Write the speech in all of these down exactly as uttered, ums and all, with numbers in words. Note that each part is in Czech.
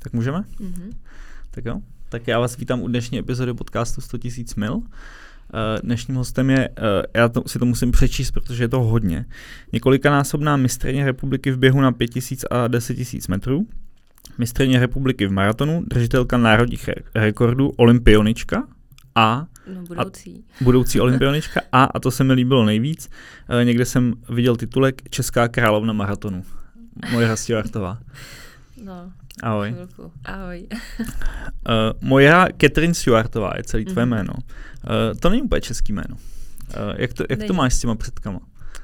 Tak můžeme? Mm-hmm. Tak jo. Tak já vás vítám u dnešní epizody podcastu sto tisíc mil. Dnešním hostem je, já to, si to musím přečíst, protože je to hodně, několikanásobná mistryně republiky v běhu na pět tisíc a deset tisíc metrů, mistryně republiky v maratonu, držitelka národních rekordů, olympionička a No, budoucí. A, budoucí olympionička a, a to se mi líbilo nejvíc, někde jsem viděl titulek Česká královna maratonu. Mojra Stewartová. No. Ahoj. Chvilku. Ahoj. uh, Mojra Catherine Stewartová je celý tvé mm-hmm. jméno. Uh, to není úplně český jméno. Uh, jak to, jak to máš s těma předkama?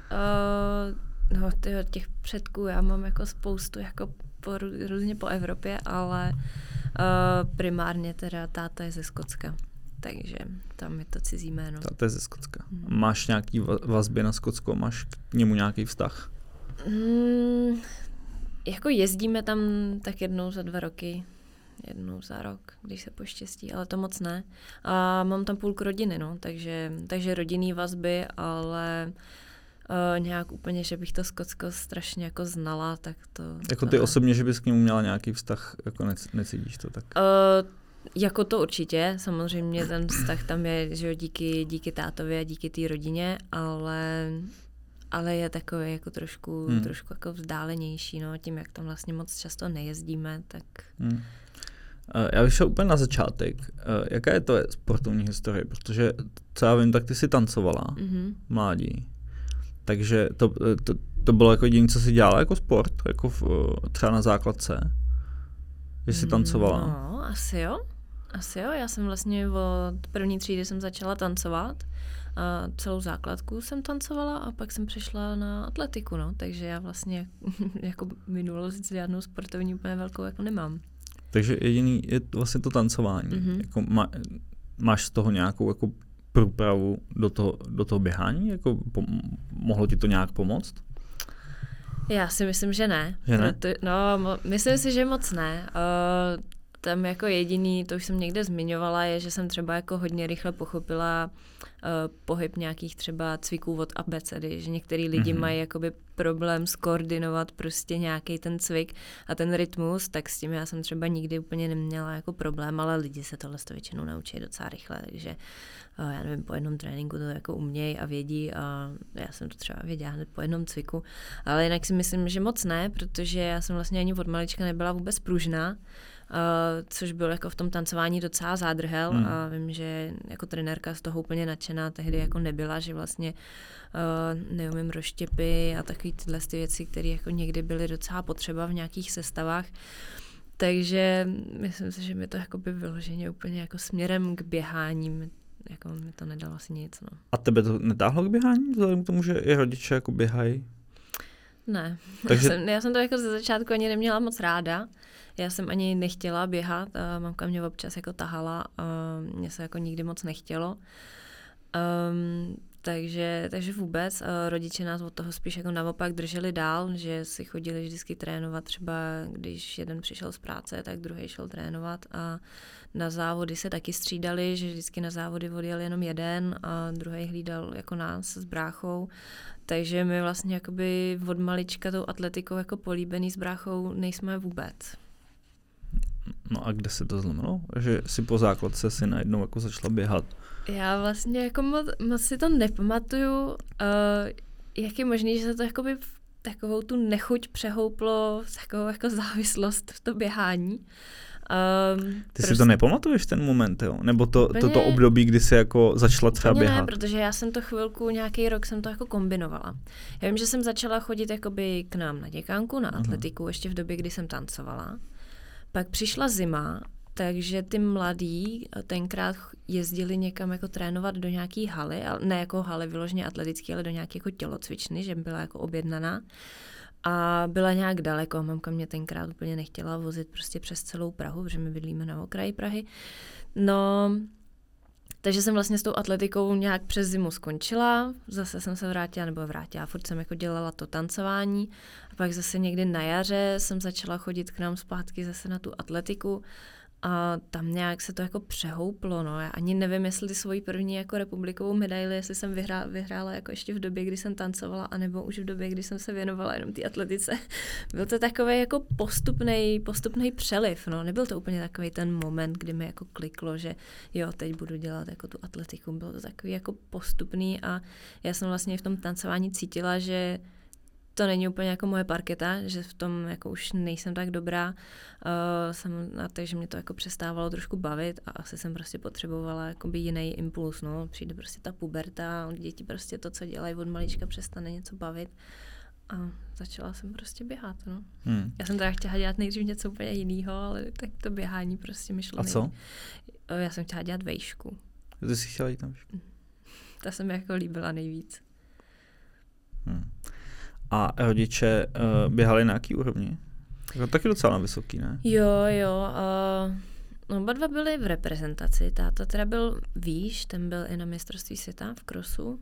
Uh, no, tyho, těch předků já mám jako spoustu, jako po, různě po Evropě, ale uh, primárně teda táta je ze Skotska. Takže tam je to cizí jméno. Táta je ze Skotska. Mm. Máš nějaký vazby na Skotsko? Máš k němu nějaký vztah? Mm, jako jezdíme tam tak jednou za dva roky. Jednou za rok, když se poštěstí, ale to moc ne. A mám tam půlku rodiny, no, takže, takže rodinný vazby, ale uh, nějak úplně, že bych to Skotsko strašně jako znala, tak to... Jako to ty ne. Osobně, že bys k němu měla nějaký vztah, jako necítíš to tak? Uh, jako to určitě, samozřejmě ten vztah tam je, že jo, díky, díky tátovi a díky té rodině, ale... ale je takový jako trošku, hmm. trošku jako vzdálenější, no, tím, jak tam vlastně moc často nejezdíme, tak... Hmm. Já bych šel úplně na začátek. Jaká je to sportovní historie? Protože, co já vím, tak ty jsi tancovala mm-hmm. mládí. Takže to, to, to bylo jako jediné, co jsi dělala jako sport? Jako v, třeba na základce? Že jsi tancovala? No, asi jo. Asi jo. Já jsem vlastně od první třídy jsem začala tancovat. A celou základku jsem tancovala a pak jsem přešla na atletiku, no. Takže já vlastně jako minulost žádnou sportovní úplně velkou jako nemám. Takže jediný je vlastně to tancování. Mm-hmm. Jako má, máš z toho nějakou jako průpravu do toho, do toho běhání? Jako pom- mohlo ti to nějak pomoct? Já si myslím, že ne. Že ne? Proto, no, mo- myslím si, že moc ne. Uh, tam jako jediný, to už jsem někde zmiňovala, je, že jsem třeba jako hodně rychle pochopila uh, pohyb nějakých třeba cviků od abecedy, že některý lidi mm-hmm. mají jakoby problém skoordinovat prostě nějaký ten cvik a ten rytmus, tak s tím já jsem třeba nikdy úplně neměla jako problém, ale lidi se tohle většinou naučí docela rychle, takže uh, já nevím, po jednom tréninku to jako umějí a vědí a já jsem to třeba věděla hned po jednom cviku, ale jinak si myslím, že moc ne, protože já jsem vlastně ani od malička nebyla vůbec pružná, Uh, což bylo jako v tom tancování docela zádrhel hmm. a vím, že jako trenérka z toho úplně nadšená tehdy jako nebyla, že vlastně uh, neumím rozštěpy a takový tyhle ty věci, které jako někdy byly docela potřeba v nějakých sestavách. Takže myslím si, že mi to jako by vyloženě úplně jako směrem k běhání, jako mi to nedalo asi nic. No. A tebe to netáhlo k běhání? Vzhledem k tomu, že i rodiče jako běhají? Ne. Takže... Já, jsem, já jsem to jako ze začátku ani neměla moc ráda. Já jsem ani nechtěla běhat, a mamka mě občas jako tahala a mě se jako nikdy moc nechtělo. Um, takže, takže vůbec a rodiče nás od toho spíš jako naopak drželi dál, že si chodili vždycky trénovat, třeba když jeden přišel z práce, tak druhý šel trénovat a na závody se taky střídali, že vždycky na závody odjel jenom jeden a druhý hlídal jako nás s bráchou. Takže my vlastně jakoby od malička tou atletikou jako políbený s bráchou nejsme vůbec. No a kde se to zlomilo? Že si po základce si najednou jako začala běhat? Já vlastně jako moc, moc si to nepamatuju. Uh, jak je možný, že se to jakoby v takovou tu nechuť přehouplo s takovou jako závislost v to běhání. Um, Ty prostě... si to nepamatuješ ten moment, jo? Nebo to, úplně... toto období, kdy jsi jako začala třeba běhat? Ne, protože já jsem to chvilku, nějaký rok jsem to jako kombinovala. Já vím, že jsem začala chodit jakoby k nám na děkánku, na atletiku, uh-huh. ještě v době, kdy jsem tancovala. Pak přišla zima, takže ty mladí tenkrát jezdili někam jako trénovat do nějaký haly, ne jako haly vyloženě atletický, ale do nějaké jako tělocvičny, že byla jako objednaná. A byla nějak daleko, mamka mě tenkrát úplně nechtěla vozit prostě přes celou Prahu, protože my bydlíme na okraji Prahy. No, takže jsem vlastně s tou atletikou nějak přes zimu skončila, zase jsem se vrátila, nebo vrátila, furt jsem jako dělala to tancování a pak zase někdy na jaře jsem začala chodit k nám zpátky zase na tu atletiku a tam nějak se to jako přehouplo, no. Já ani nevím, jestli ty svoji první jako republikovou medaili, jestli jsem vyhrá, vyhrála jako ještě v době, kdy jsem tancovala, anebo už v době, kdy jsem se věnovala jenom té atletice. Byl to takový jako postupnej, postupnej přeliv, no. Nebyl to úplně takový ten moment, kdy mi jako kliklo, že jo, teď budu dělat jako tu atletiku. Bylo to takový jako postupný a já jsem vlastně v tom tancování cítila, že to není úplně jako moje parketa, že v tom jako už nejsem tak dobrá, uh, jsem, a takže mě to jako přestávalo trošku bavit a asi jsem prostě potřebovala jakoby jiný impuls, no, přijde prostě ta puberta, děti prostě to, co dělají od malička, přestane něco bavit a začala jsem prostě běhat, no. Hmm. Já jsem teda chtěla dělat nejdřív něco úplně jiného, ale tak to běhání prostě mi šlo. A co? Já jsem chtěla dělat vejšku. Ty jsi chtěla jít tam vejšku? Ta se mi jako líbila nejvíc. Hmm. A rodiče uh, běhali na jaký úrovni? Jako taky docela na vysoký, ne? Jo, jo. Uh, oba dva byli v reprezentaci. Táta teda byl výš, ten byl i na mistrovství světa v krosu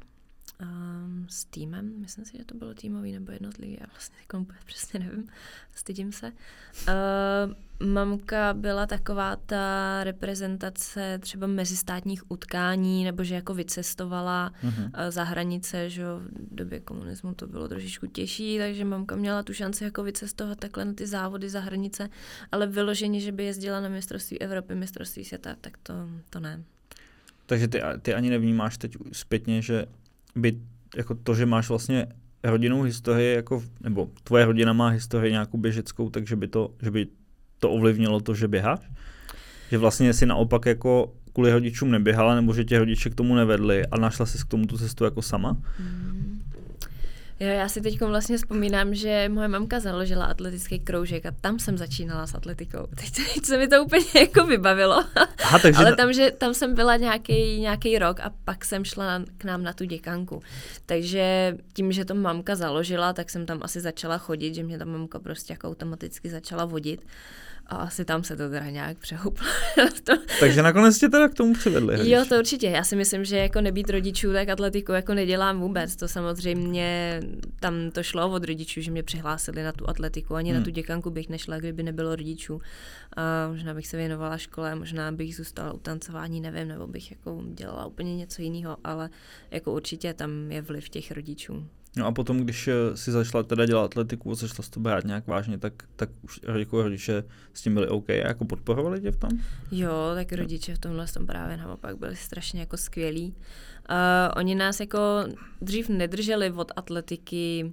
um, s týmem. Myslím si, že to bylo týmový nebo jednotlivý. Já vlastně úplně přesně nevím. Stydím se. Uh, mamka byla taková ta reprezentace třeba mezistátních utkání, nebo že jako vycestovala uh-huh. za hranice, že v době komunismu to bylo trošičku těžší, takže mamka měla tu šanci jako vycestovat takhle na ty závody za hranice, ale vyloženě, že by jezdila na mistrovství Evropy, mistrovství světa, tak to, to ne. Takže ty, ty ani nevnímáš teď zpětně, že by jako to, že máš vlastně rodinnou historii, jako, nebo tvoje rodina má historii nějakou běžeckou, takže by to, že by to ovlivnilo to, že běháš? Že vlastně si naopak jako kvůli rodičům neběhala, nebo že tě rodiče k tomu nevedli a našla jsi k tomu tu cestu jako sama? Mm. Jo, já si teď vlastně vzpomínám, že moje mamka založila atletický kroužek a tam jsem začínala s atletikou. Teď, teď se mi to úplně jako vybavilo. Aha, takže ale tam, že, tam jsem byla nějaký, nějaký rok a pak jsem šla na, k nám na tu děkanku. Takže tím, že to mamka založila, tak jsem tam asi začala chodit, že mě ta mamka prostě jako automaticky začala vodit. A asi tam se to teda nějak přehouplo. Takže nakonec tě teda k tomu přivedli. Hodič. Jo, to určitě. Já si myslím, že jako nebýt rodičů, tak atletiku jako nedělám vůbec. To samozřejmě, tam to šlo od rodičů, že mě přihlásili na tu atletiku. Ani hmm. na tu děkanku bych nešla, kdyby nebylo rodičů. A možná bych se věnovala škole, možná bych zůstala u tancování, nevím, nebo bych jako dělala úplně něco jiného, ale jako určitě tam je vliv těch rodičů. No a potom, když si začala teda dělat atletiku a začala to brát nějak vážně, tak, tak už jako rodiče s tím byli OK a jako podporovali tě v tom? Jo, tak rodiče v tomhle tom právě naopak byli strašně jako skvělí. Uh, oni nás jako dřív nedrželi od atletiky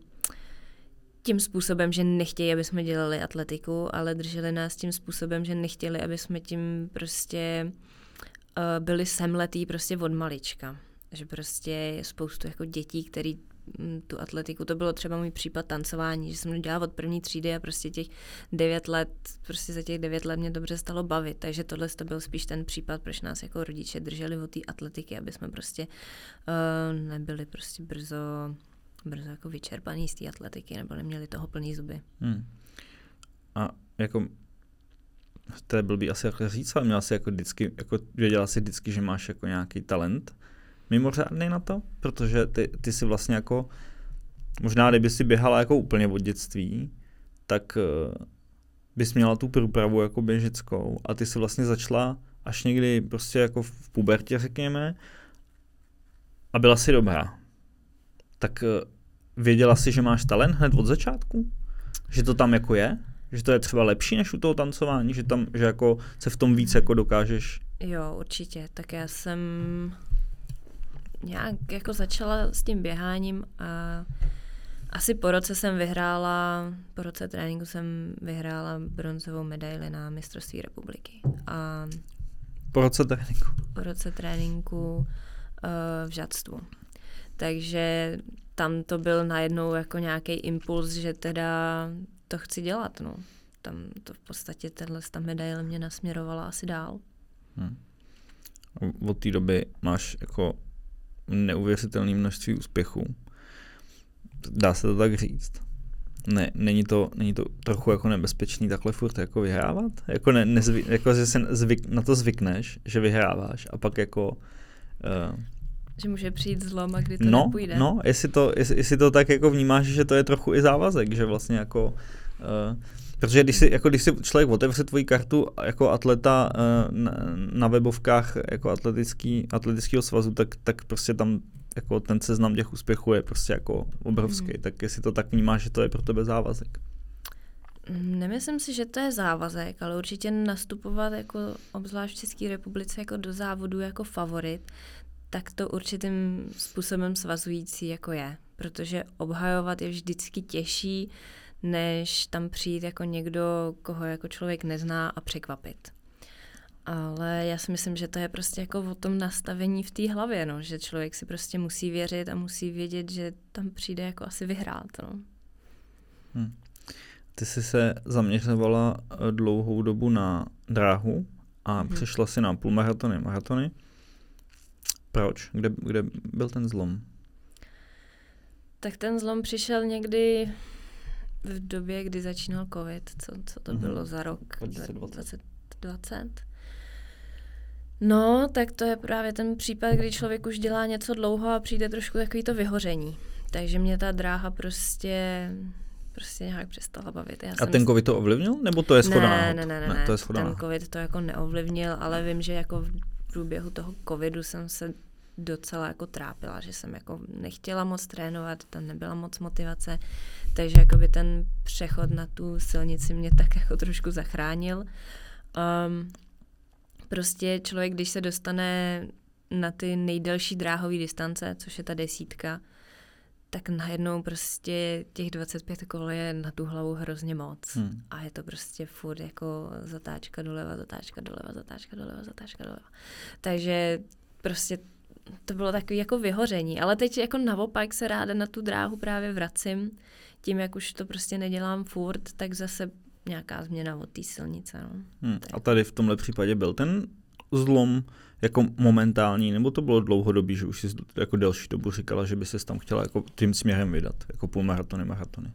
tím způsobem, že nechtějí, aby jsme dělali atletiku, ale drželi nás tím způsobem, že nechtěli, aby jsme tím prostě uh, byli semletý prostě od malička. Že prostě je spoustu jako dětí, který tu atletiku, to bylo třeba můj případ tancování, že jsem to dělala od první třídy a prostě těch devět let, prostě za těch devět let mě dobře stalo bavit, takže tohle to byl spíš ten případ, proč nás jako rodiče drželi od té atletiky, aby jsme prostě uh, nebyli prostě brzo, brzo jako vyčerpaný z té atletiky, nebo neměli toho plný zuby. Hmm. A jako to je blbý asi jako říct, ale měla jsi jako vždycky, jako věděla jsi vždycky, že máš jako nějaký talent mimořádný na to, protože ty, ty si vlastně jako, možná kdyby si běhala jako úplně od dětství, tak uh, bys měla tu průpravu jako běžeckou a ty si vlastně začala až někdy prostě jako v pubertě, řekněme, a byla si dobrá. Tak uh, věděla si, že máš talent hned od začátku? Že to tam jako je? Že to je třeba lepší než u toho tancování? Že tam, že jako se v tom víc jako dokážeš? Jo, určitě. Tak já jsem nějak jako začala s tím běháním a asi po roce jsem vyhrála, po roce tréninku jsem vyhrála bronzovou medaili na mistrovství republiky. A po roce tréninku? Po roce tréninku uh, v žadstvu. Takže tam to byl najednou jako nějaký impuls, že teda to chci dělat, no. Tam to v podstatě tenhle ta medaile mě nasměrovala asi dál. Hmm. Od té doby máš jako neuvěřitelné množství úspěchů. Dá se to tak říct? Ne, není to, není to trochu jako nebezpečný takhle furt jako vyhrávat? Jako, ne, nezvy, jako že se zvyk, na to zvykneš, že vyhráváš a pak jako uh, že může přijít zlom a kdy to no, nepůjde. No, jestli to, jestli, jestli to tak jako vnímáš, že to je trochu i závazek, že vlastně jako Uh, protože když si, jako když si člověk otevře tvoji kartu jako atleta uh, na, na webovkách jako atletický, atletického svazu, tak, tak prostě tam jako ten seznam těch úspěchů je prostě jako obrovský. Mm. Tak jestli to tak vnímáš, že to je pro tebe závazek? Nemyslím si, že to je závazek, ale určitě nastupovat jako obzvlášť v České republice jako do závodu jako favorit, tak to určitým způsobem svazující jako je. Protože obhajovat je vždycky těžší, než tam přijít jako někdo, koho jako člověk nezná a překvapit. Ale já si myslím, že to je prostě jako o tom nastavení v té hlavě, no, že člověk si prostě musí věřit a musí vědět, že tam přijde jako asi vyhrát. No. Hmm. Ty jsi se zaměřovala dlouhou dobu na dráhu a hmm. přešla si na půlmaratony, maratony. Proč? Kde, kde byl ten zlom? Tak ten zlom přišel někdy v době, kdy začínal covid. Co, co to hmm. bylo za rok? dvacet dvacet No, tak to je právě ten případ, kdy člověk už dělá něco dlouho a přijde trošku takový to vyhoření. Takže mě ta dráha prostě... prostě nějak přestala bavit. Já a ten covid to ovlivnil? Nebo to je shoda ne, náhod? Ne, ne, ne, ne. To je ten covid to jako neovlivnil, ale vím, že jako v průběhu toho covidu jsem se docela jako trápila, že jsem jako nechtěla moc trénovat, tam nebyla moc motivace, takže jakoby ten přechod na tu silnici mě tak jako trošku zachránil. Um, prostě člověk, když se dostane na ty nejdelší dráhové distance, což je ta desítka, tak najednou prostě těch dvacet pět kol je na tu hlavu hrozně moc. Hmm. A je to prostě furt jako zatáčka doleva, zatáčka doleva, zatáčka doleva, zatáčka doleva. Takže prostě to bylo takový jako vyhoření. Ale teď jako naopak se ráda na tu dráhu právě vracím. Tím, jak už to prostě nedělám furt, tak zase nějaká změna od té silnice. No. Hmm. A tady v tomhle případě byl ten zlom jako momentální, nebo to bylo dlouhodobý, že už jsi jako delší dobu říkala, že by ses tam chtěla jako tím směrem vydat, jako půlmaratony, maratony?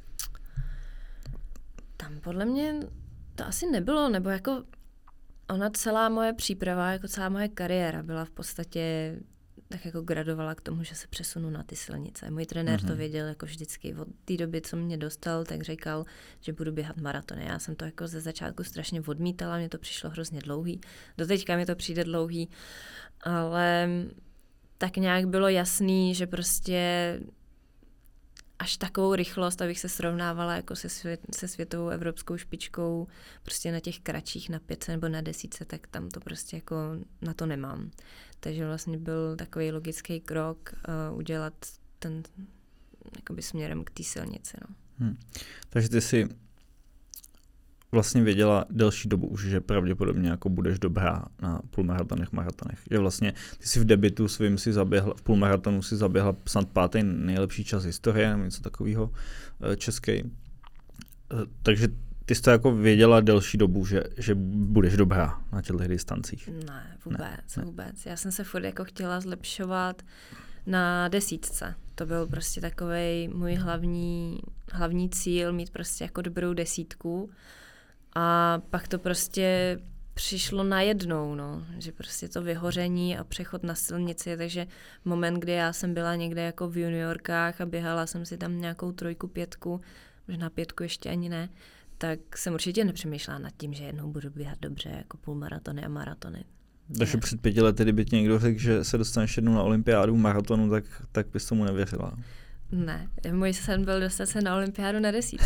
Tam podle mě to asi nebylo, nebo jako ona celá moje příprava, jako celá moje kariéra byla v podstatě tak jako gradovala k tomu, že se přesunu na ty silnice. Můj trenér mm-hmm. to věděl jako vždycky. Od té doby, co mě dostal, tak říkal, že budu běhat maratony. Já jsem to jako ze začátku strašně odmítala, mně to přišlo hrozně dlouhý. Doteďka mi to přijde dlouhý, ale tak nějak bylo jasný, že prostě až takovou rychlost, abych se srovnávala jako se, svět, se světovou evropskou špičkou prostě na těch kratších, na pětce nebo na desíce, tak tam to prostě jako na to nemám. Takže vlastně byl takový logický krok uh, udělat ten jakoby směrem k té silnici. No. Hmm. Takže ty jsi vlastně věděla delší dobu už, že pravděpodobně jako budeš dobrá na půlmaratonech, maratonech. Že vlastně ty si v debutu svým si zaběhla, v půlmaratonu si zaběhla snad pátý nejlepší čas historie, nebo něco takového český. Takže ty jsi to jako věděla delší dobu, že, že budeš dobrá na těchto distancích. Ne, vůbec, ne, vůbec. Já jsem se furt jako chtěla zlepšovat na desítce. To byl prostě takovej můj hlavní, hlavní cíl, mít prostě jako dobrou desítku. A pak to prostě přišlo najednou, no, že prostě to vyhoření a přechod na silnici, takže moment, kdy já jsem byla někde jako v juniorkách a běhala jsem si tam nějakou trojku, pětku, možná pětku ještě ani ne, tak jsem určitě nepřemýšlela nad tím, že jednou budu běhat dobře jako půlmaratony a maratony. Takže před pěti lety, kdyby ti někdo řekl, že se dostaneš jednou na olympiádu maratonu, tak, tak bys tomu nevěřila. Ne, můj sen byl dostat se na olympiádu na desítku.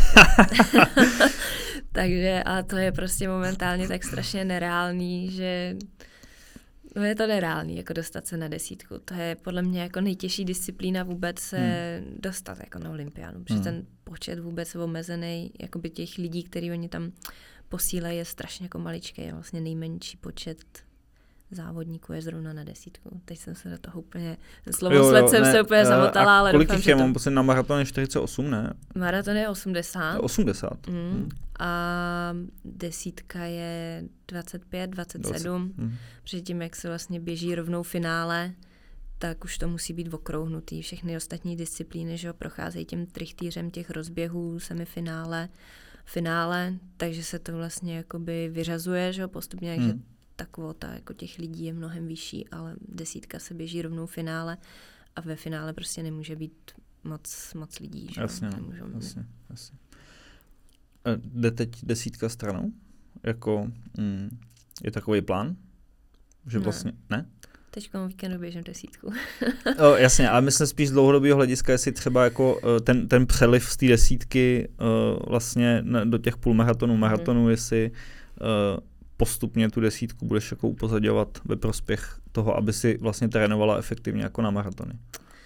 Takže a to je prostě momentálně tak strašně nereálný, že no je to nereálný, jako dostat se na desítku. To je podle mě jako nejtěžší disciplína vůbec se hmm. dostat jako na olympiádu, protože hmm. ten počet vůbec omezený, jakoby těch lidí, který oni tam posílají, je strašně jako maličký, je vlastně nejmenší počet závodníků je zrovna na desítku. Teď jsem se do toho úplně, slovosled jsem ne, se úplně zamotala, ale kolik doufám, že to... Mám posledně na maraton je čtyřicet osm, ne? Maraton je osmdesát. osmdesát. Mm. Hmm. A desítka je dvacet pět, dvacet sedm. dvacet. Hmm. Předtím, jak se vlastně běží rovnou finále, tak už to musí být okrouhnutý. Všechny ostatní disciplíny, že ho procházejí tím trichtýřem těch rozběhů, semifinále, finále, takže se to vlastně jakoby vyřazuje, že ho postupně, takže hmm. ta kvota jako těch lidí je mnohem vyšší, ale desítka se běží rovnou finále a ve finále prostě nemůže být moc, moc lidí. Že? Jasně, jasně, jasně. jde teď desítka stranou? Jako mm, je takový plán? Že Ne. vlastně, ne? Teďko víkendu běžím desítku. O, jasně, ale myslím spíš z dlouhodobého hlediska, jestli třeba jako ten, ten přeliv z té desítky uh, vlastně do těch půlmaratonů, maratonů, mm. jestli uh, postupně tu desítku budeš jako upozaďovat ve prospěch toho, aby si vlastně trénovala efektivně jako na maratony.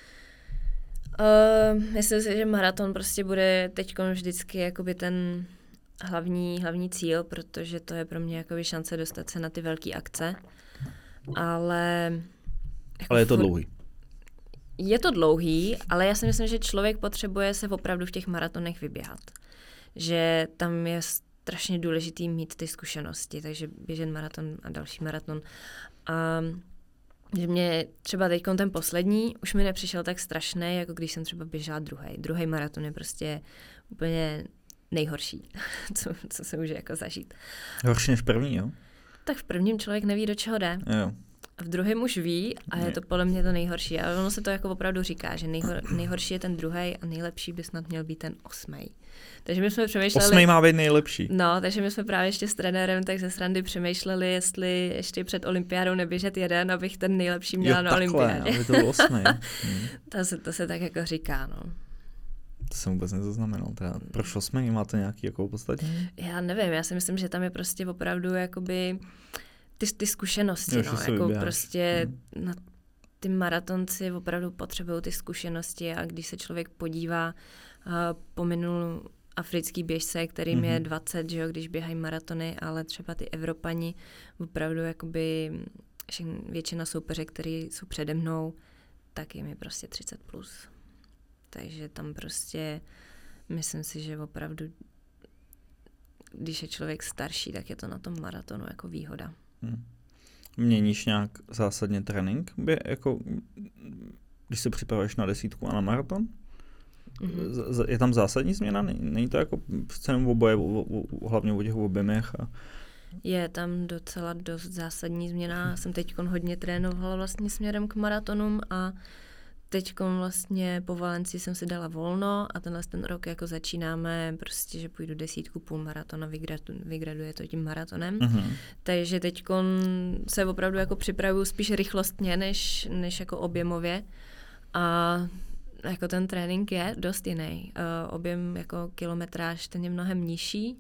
Uh, myslím si, že maraton prostě bude teďko vždycky jakoby ten hlavní, hlavní cíl, protože to je pro mě jakoby šance dostat se na ty velké akce. Ale... Jako ale je to furt, dlouhý. Je to dlouhý, ale já si myslím, že člověk potřebuje se opravdu v těch maratonech vyběhat. Že tam je strašně důležitý mít ty zkušenosti, takže běžet maraton a další maraton. A že mě třeba teď ten poslední už mi nepřišel tak strašný, jako když jsem třeba běžela druhý. Druhý maraton je prostě úplně nejhorší, co, co se může jako zažít. Horší než první, jo? Tak v prvním člověk neví, do čeho jde. Jo. V druhém už ví a je to podle mě to nejhorší. A ono se to jako opravdu říká, že nejhor, nejhorší je ten druhý a nejlepší by snad měl být ten osmý. Takže my jsme přemýšleli... Osmý má být nejlepší. No, takže my jsme právě ještě s trenérem tak ze srandy přemýšleli, jestli ještě před olympiádou neběžet jeden, abych ten nejlepší měla jo, na takhle, olympiádě. aby to byl osmý. hmm. to, se, to se tak jako říká, no. To jsem vůbec nezaznamenal. Teda, proč osmý? Máte nějaký jako opodstatnění? Já nevím, já si myslím, že tam je prostě opravdu jakoby ty, ty zkušenosti, jo, no, jako vyběháš. prostě hmm. na ty maratonci opravdu potřebují ty zkušenosti a když se člověk podívá, uh, pominul africký běžce, kterým mm-hmm. je dvacet, že jo, když běhají maratony, ale třeba ty Evropani opravdu jakoby většina soupeře, který jsou přede mnou, tak jim je prostě třicet plus. Takže tam prostě myslím si, že opravdu když je člověk starší, tak je to na tom maratonu jako výhoda. Hmm. Měníš nějak zásadně trénink? By, jako, když se připravuješ na desítku a na maraton? Mm-hmm. Je tam zásadní změna? Není to jako přece jenom oboje, o, o, hlavně o těch objemech? A... Je tam docela dost zásadní změna. Jsem teď hodně trénovala vlastně směrem k maratonům a teď vlastně po Valencii jsem si dala volno a tenhle ten rok jako začínáme prostě, že půjdu desítku půl maratona, vygradu, vygraduje to tím maratonem. Mm-hmm. Takže teď se opravdu jako připravuju spíš rychlostně, než, než jako objemově. A jako ten trénink je dost jiný. Uh, objem jako kilometráž, ten je mnohem nižší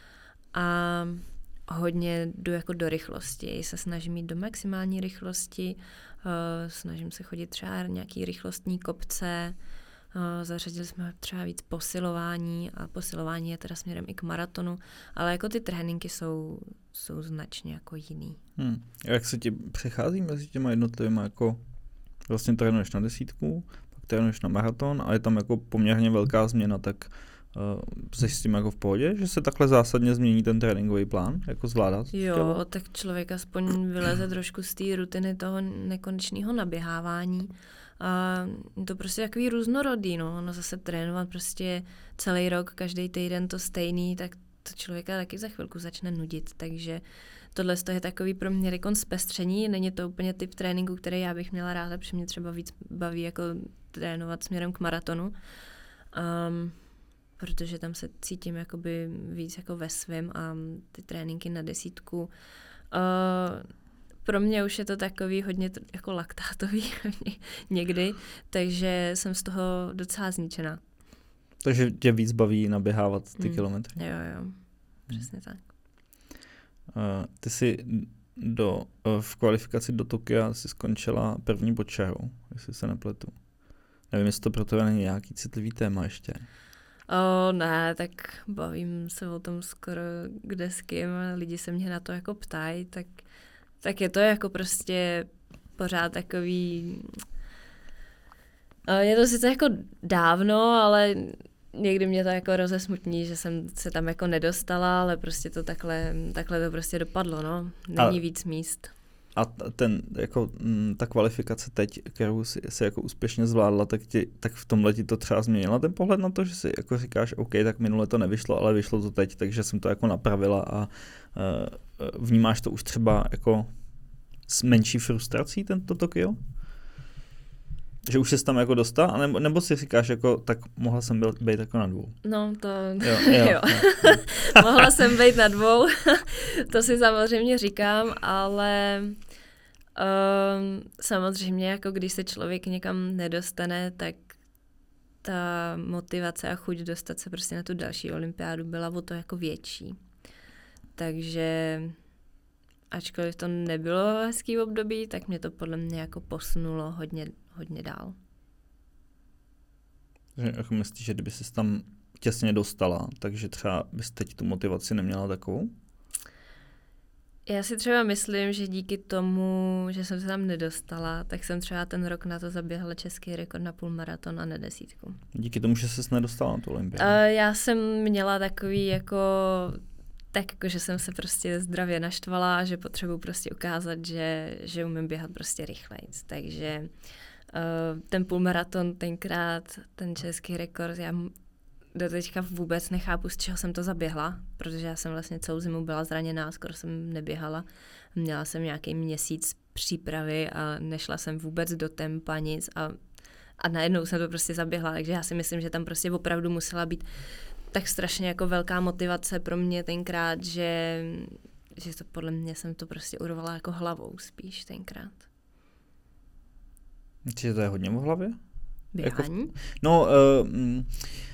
a hodně jdu jako do rychlosti. Se snažím jít do maximální rychlosti, uh, snažím se chodit třeba nějaký rychlostní kopce, uh, zařadili jsme třeba víc posilování a posilování je teda směrem i k maratonu, ale jako ty tréninky jsou, jsou značně jako jiný. Hmm. Jak se ti přechází mezi těma jednotlivými, jako vlastně trénuješ na desítku, pak trénuješ na maraton a je tam jako poměrně velká změna, tak Uh, jsi s tím jako v pohodě, že se takhle zásadně změní ten tréninkový plán, jako zvládat? Jo, tělo? Tak člověk aspoň vyleze trošku z té rutiny toho nekonečného naběhávání. A to prostě takový různorodý, no. Ono zase trénovat prostě celý rok, každý týden to stejný, tak to člověka taky za chvilku začne nudit, takže tohle je takový pro mě rekon zpestření, není to úplně typ tréninku, který já bych měla ráda, protože mě třeba víc baví jako trénovat směrem k maratonu. Um, protože tam se cítím jakoby víc jako ve svém a ty tréninky na desítku. Uh, pro mě už je to takový hodně t- jako laktátový někdy, takže jsem z toho docela zničená. Takže tě víc baví naběhávat ty hmm. kilometry? Jo, jo, přesně hmm. tak. Uh, ty jsi do, uh, v kvalifikaci do Tokia si skončila první pod čarou, jestli se nepletu. Nevím, jestli to pro tebe není nějaký citlivý téma ještě. O, ne, tak bavím se o tom skoro kde s kým, lidi se mě na to jako ptají, tak, tak je to jako prostě pořád takový, je to sice jako dávno, ale někdy mě to jako rozesmutní, že jsem se tam jako nedostala, ale prostě to takhle, takhle to prostě dopadlo, no, není a... víc míst. A ten, jako, ta kvalifikace teď, kterou si, si jako úspěšně zvládla, tak, ti, tak v tomhle ti to třeba změnila ten pohled na to, že si jako říkáš, OK, tak minule to nevyšlo, ale vyšlo to teď, takže jsem to jako napravila a uh, vnímáš to už třeba jako s menší frustrací tento Tokio? Že už jsi tam jako dostal, nebo, nebo si říkáš, jako, tak mohla jsem byl, být jako na dvou? No, to jo. jo, jo. Mohla jsem být na dvou, to si samozřejmě říkám, ale um, samozřejmě, jako když se člověk někam nedostane, tak ta motivace a chuť dostat se prostě na tu další olympiádu byla o to jako větší. Takže ačkoliv to nebylo hezký období, tak mě to podle mě jako posunulo hodně, hodně dál. Jako myslíš, že kdyby jsi tam těsně dostala, takže třeba bys teď tu motivaci neměla takovou? Já si třeba myslím, že díky tomu, že jsem se tam nedostala, tak jsem třeba ten rok na to zaběhla český rekord na půlmaraton a na desítku. Díky tomu, že jsi nedostala na tu olympiádu? Uh, já jsem měla takový jako, tak jako, že jsem se prostě zdravě naštvala, že potřebuji prostě ukázat, že, že umím běhat prostě rychlejc. Takže uh, ten půlmaraton tenkrát, ten český rekord, já do teďka vůbec nechápu, z čeho jsem to zaběhla, protože já jsem vlastně celou zimu byla zraněná, skoro jsem neběhala. Měla jsem nějaký měsíc přípravy a nešla jsem vůbec do tempa nic a, a najednou jsem to prostě zaběhla, takže já si myslím, že tam prostě opravdu musela být tak strašně jako velká motivace pro mě tenkrát, že, že to podle mě jsem to prostě urvala jako hlavou spíš tenkrát. Myslíš, to je hodně v hlavě? Běhání? Jako, no, uh,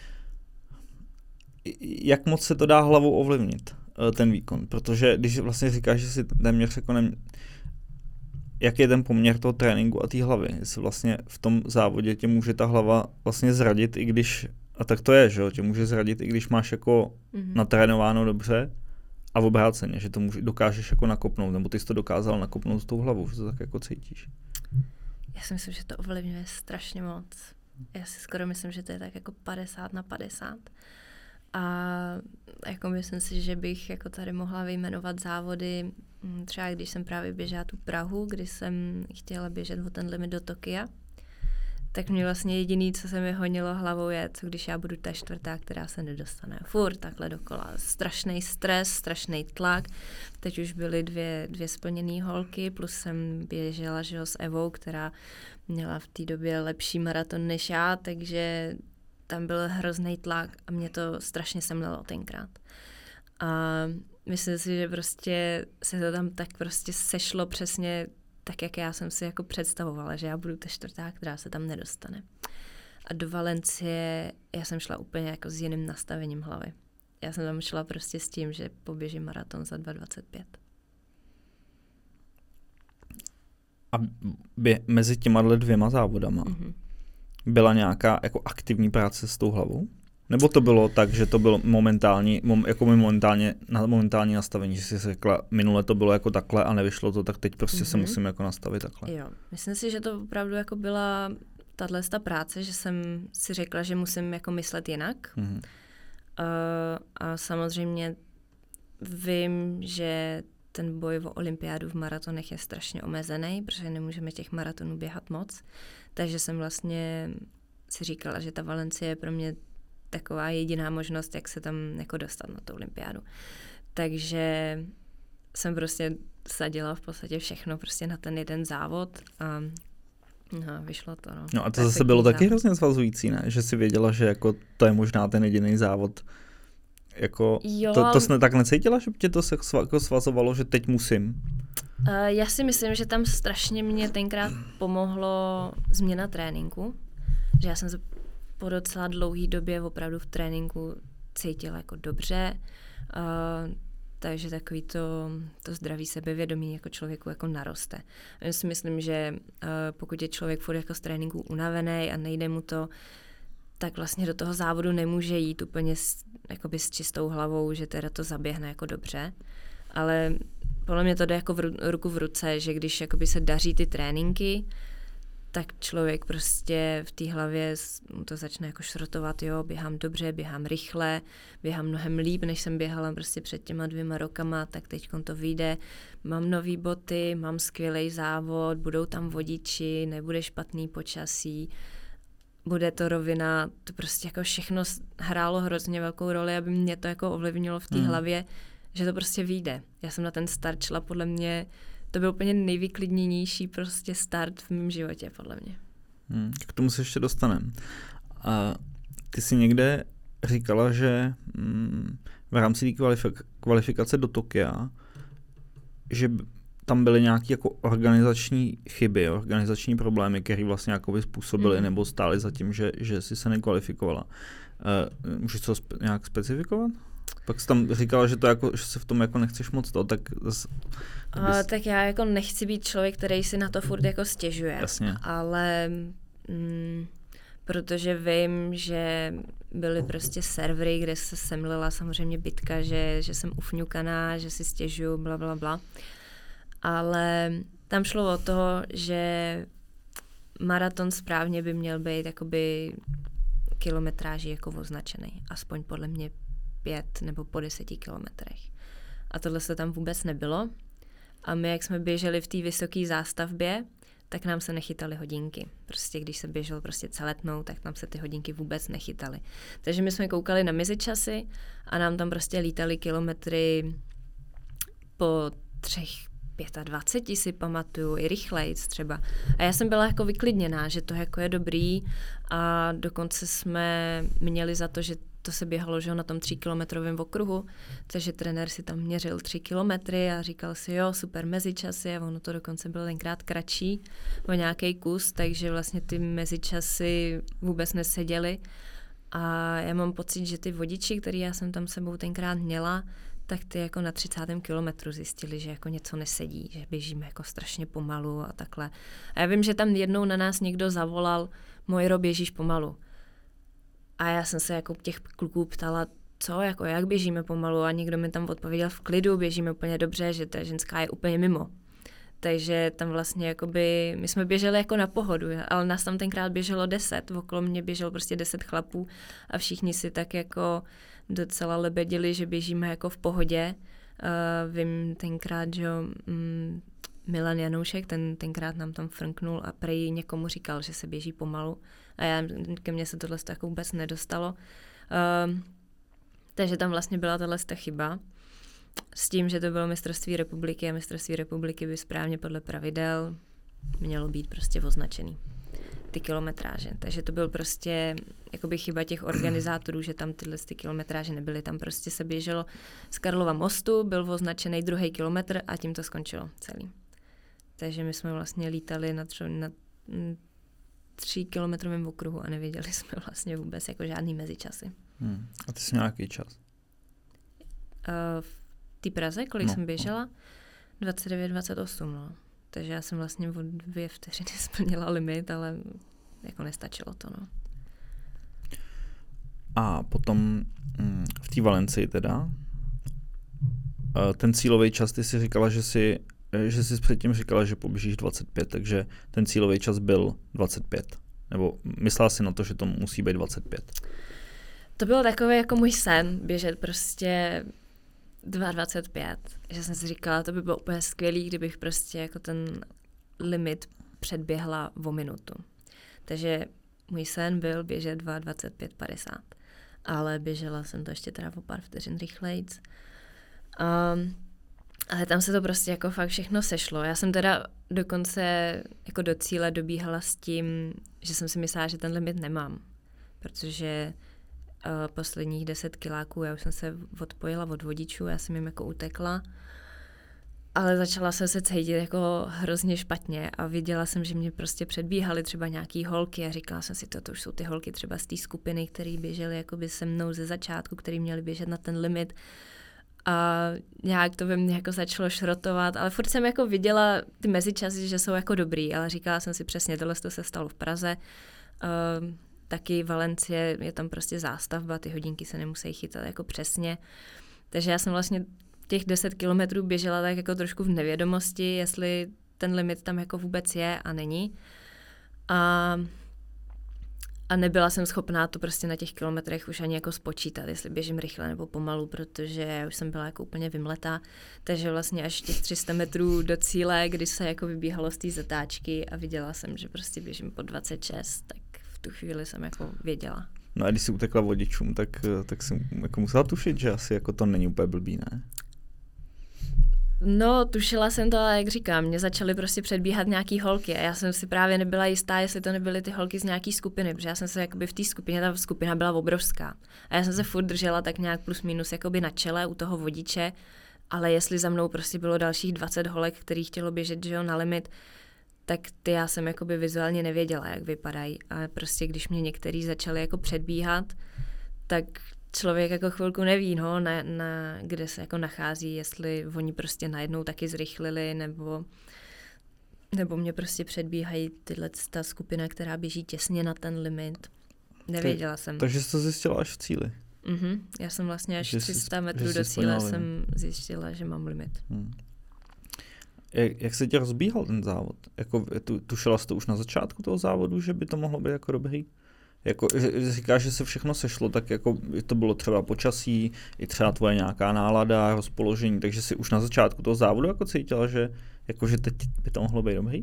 jak moc se to dá hlavou ovlivnit, ten výkon? Protože když vlastně říkáš, že si téměř jako nem... jak je ten poměr toho tréninku a té hlavy? Jestli vlastně v tom závodě tě může ta hlava vlastně zradit, i když, a tak to je, že jo, tě může zradit, i když máš jako mm-hmm. natrénováno dobře a v obráceně, že to může, dokážeš jako nakopnout, nebo ty jsi to dokázal nakopnout s tou hlavou, že to tak jako cítíš. Já si myslím, že to ovlivňuje strašně moc. Já si skoro myslím, že to je tak jako padesát na padesát. A jako myslím si, že bych jako tady mohla vyjmenovat závody, třeba když jsem právě běžela tu Prahu, kdy jsem chtěla běžet o ten limit do Tokia, tak mě vlastně jediný, co se mi honilo hlavou, je, co když já budu ta čtvrtá, která se nedostane. Furt takhle dokola. Strašný stres, strašný tlak. Teď už byly dvě, dvě splněné holky, plus jsem běžela že jo, s Evou, která měla v té době lepší maraton než já, takže tam byl hrozný tlak a mě to strašně semlelo tenkrát. A myslím si, že prostě se to tam tak prostě sešlo přesně tak, jak já jsem si jako představovala, že já budu ta čtvrtá, která se tam nedostane. A do Valencie já jsem šla úplně jako s jiným nastavením hlavy. Já jsem tam šla prostě s tím, že poběžím maraton za dva dvacet pět. A by mezi těma dvěma závodama mm-hmm. byla nějaká jako aktivní práce s tou hlavou? Nebo to bylo tak, že to bylo momentální, mom, jako momentálně, na momentální nastavení, že jsi řekla, minule to bylo jako takhle a nevyšlo to, tak teď prostě mm-hmm. se musím jako nastavit takhle. Jo, myslím si, že to opravdu jako byla tato práce, že jsem si řekla, že musím jako myslet jinak. Mm-hmm. Uh, a samozřejmě vím, že ten boj o olympiádu v maratonech je strašně omezený, protože nemůžeme těch maratonů běhat moc. Takže jsem vlastně si říkala, že ta Valencie je pro mě taková jediná možnost, jak se tam jako dostat na tu olympiádu. Takže jsem prostě sadila v podstatě všechno prostě na ten jeden závod a no, vyšlo to. No, no a to zase bylo závod. Taky hrozně svazující, ne? Že si věděla, že jako to je možná ten jediný závod. Jako, jo, to, to jsi ne, tak necítila, že tě to se jako svazovalo, že teď musím? Uh, já si myslím, že tam strašně mě tenkrát pomohlo změna tréninku, že já jsem se po docela dlouhý době opravdu v tréninku cítila jako dobře, uh, takže takový to, to zdraví sebevědomí jako člověku jako naroste. Já si myslím, že uh, pokud je člověk furt jako z tréninku unavený a nejde mu to, tak vlastně do toho závodu nemůže jít úplně s, jakoby s čistou hlavou, že teda to zaběhne jako dobře, ale podle mě to jde jako v ruku v ruce, že když jakoby se daří ty tréninky, tak člověk prostě v té hlavě mu to začne jako šrotovat, jo, běhám dobře, běhám rychle, běhám mnohem líp, než jsem běhala prostě před těma dvěma rokama, tak teď to vyjde, mám nový boty, mám skvělý závod, budou tam vodiči, nebude špatný počasí, bude to rovina, to prostě jako všechno hrálo hrozně velkou roli, aby mě to jako ovlivnilo v té mm. hlavě, že to prostě vyjde. Já jsem na ten start šla, podle mě, to byl úplně nejvyklidněnější prostě start v mém životě, podle mě. Hmm, k tomu se ještě dostaneme. A ty jsi někde říkala, že mm, v rámci té kvalifik- kvalifikace do Tokia, že tam byly nějaké jako organizační chyby, organizační problémy, které vlastně jakoby způsobily mm. nebo stály za tím, že, že jsi se nekvalifikovala. Uh, můžeš to spe- nějak specifikovat? Pak jsi tam říkala, že, to jako, že se v tom jako nechceš moc to, tak... Bys... Uh, tak já jako nechci být člověk, který si na to furt jako stěžuje. Jasně. Ale... Mm, protože vím, že byly prostě servery, kde se semlila samozřejmě bitka, že, že jsem ufňukaná, že si stěžuju, bla, bla, bla. Ale tam šlo o to, že maraton správně by měl být jakoby kilometráží jako označený. Aspoň podle mě pět nebo po deseti kilometrech. A tohle se tam vůbec nebylo. A my, jak jsme běželi v té vysoké zástavbě, tak nám se nechytaly hodinky. Prostě když se běžel prostě celetnou, tak tam se ty hodinky vůbec nechytaly. Takže my jsme koukali na mezičasy a nám tam prostě lítaly kilometry po třech dvaceti pěti si pamatuju, i rychlejc třeba. A já jsem byla jako vyklidněná, že to jako je dobrý a dokonce jsme měli za to, že to se běhalo že na tom tříkilometrovém okruhu, takže trenér si tam měřil tři kilometry a říkal si, jo, super mezičasy a ono to dokonce bylo tenkrát kratší o nějaký kus, takže vlastně ty mezičasy vůbec neseděly a já mám pocit, že ty vodiči, který já jsem tam sebou tenkrát měla, tak ty jako na třicátém kilometru zjistili, že jako něco nesedí, že běžíme jako strašně pomalu a takhle. A já vím, že tam jednou na nás někdo zavolal, Mojro, běžíš pomalu. A já jsem se jako těch kluků ptala, co, jako jak běžíme pomalu a někdo mi tam odpověděl v klidu, běžíme úplně dobře, že ta ženská je úplně mimo. Takže tam vlastně jakoby, my jsme běželi jako na pohodu, ale nás tam tenkrát běželo deset, okolo mě běželo prostě deset chlapů a všichni si tak jako docela lebedili, že běžíme jako v pohodě. Uh, vím tenkrát, že um, Milan Janoušek, ten tenkrát nám tam frnknul a prej někomu říkal, že se běží pomalu a já, ke mně se tohle jako vůbec nedostalo. Uh, takže tam vlastně byla tahle chyba. S tím, že to bylo mistrovství republiky a mistrovství republiky by správně podle pravidel mělo být prostě označený ty kilometráže. Takže to byl prostě jakoby chyba těch organizátorů, že tam tyhle ty kilometráže nebyly. Tam prostě se běželo z Karlova mostu, byl označený druhý kilometr a tím to skončilo celý. Takže my jsme vlastně lítali na, tři, na tří kilometrovém okruhu a nevěděli jsme vlastně vůbec jako žádný mezičasy. Hmm. A ty jsi měl nějaký čas? Uh, v té Praze, kolik no, jsem běžela? No. dvacet devět dvacet osm, no. Takže já jsem vlastně o dvě vteřiny splnila limit, ale jako nestačilo to, no. A potom v té Valencii teda, ten cílový čas, ty si říkala, že jsi, že jsi předtím říkala, že poběžíš dvacet pět, takže ten cílový čas byl dvacet pět. Nebo myslela si na to, že to musí být dvacet pět? To byl takový jako můj sen, běžet prostě dva dvacet pět. Že jsem si říkala, to by bylo úplně skvělý, kdybych prostě jako ten limit předběhla o minutu. Takže můj sen byl běžet dva dvacet pět padesát. Ale běžela jsem to ještě teda o pár vteřin rychlejc. Um, ale tam se to prostě jako fakt všechno sešlo. Já jsem teda dokonce jako do cíle dobíhala s tím, že jsem si myslela, že ten limit nemám. Protože uh, posledních deset kiláků, já už jsem se odpojila od vodičů, já jsem jim jako utekla. Ale začala jsem se cítit jako hrozně špatně a viděla jsem, že mě prostě předbíhaly třeba nějaký holky a říkala jsem si, to, to už jsou ty holky třeba z té skupiny, které běžely jakoby se mnou ze začátku, které měly běžet na ten limit. A nějak to ve mně jako začalo šrotovat, ale furt jsem jako viděla ty mezičasy, že jsou jako dobrý, ale říkala jsem si přesně, tohle to se stalo v Praze. Uh, taky Valencie, je tam prostě zástavba, ty hodinky se nemusí chytat jako přesně. Takže já jsem vlastně těch deset kilometrů běžela tak jako trošku v nevědomosti, jestli ten limit tam jako vůbec je a není. A, a nebyla jsem schopná to prostě na těch kilometrech už ani jako spočítat, jestli běžím rychle nebo pomalu, protože já už jsem byla jako úplně vymletá. Takže vlastně až těch tři sta metrů do cíle, kdy se jako vybíhalo z té zatáčky a viděla jsem, že prostě běžím po dvacet šest, tak v tu chvíli jsem jako věděla. No a když jsi utekla vodičům, tak, tak jsem jako musela tušit, že asi jako to není úplně blbý, ne? No, tušila jsem to, ale jak říkám, mě začaly prostě předbíhat nějaký holky a já jsem si právě nebyla jistá, jestli to nebyly ty holky z nějaký skupiny, protože já jsem se jakoby v té skupině, ta skupina byla obrovská. A já jsem se furt držela tak nějak plus minus jakoby na čele u toho vodiče, ale jestli za mnou prostě bylo dalších dvacet holek, který chtělo běžet, že jo, na limit, tak ty já jsem jakoby vizuálně nevěděla, jak vypadají. A prostě když mě některý začali jako předbíhat, tak člověk jako chvilku neví, no, na, na, kde se jako nachází, jestli oni prostě najednou taky zrychlili, nebo, nebo mě prostě předbíhají tyhle ta skupina, která běží těsně na ten limit. Nevěděla Ty, jsem. Takže jsi to zjistila až v cíli? Mhm, já jsem vlastně až tři sta metrů do cíle jsem zjistila, že mám limit. Hmm. Jak, jak se tě rozbíhal ten závod? Jako, tu, tušila jsi to už na začátku toho závodu, že by to mohlo být jako dobrý? Jako, že říkáš, že se všechno sešlo, tak jako to bylo třeba počasí, i třeba tvoje nějaká nálada, rozpoložení, takže si už na začátku toho závodu jako cítila, že, jako, že teď by to mohlo být dobrý?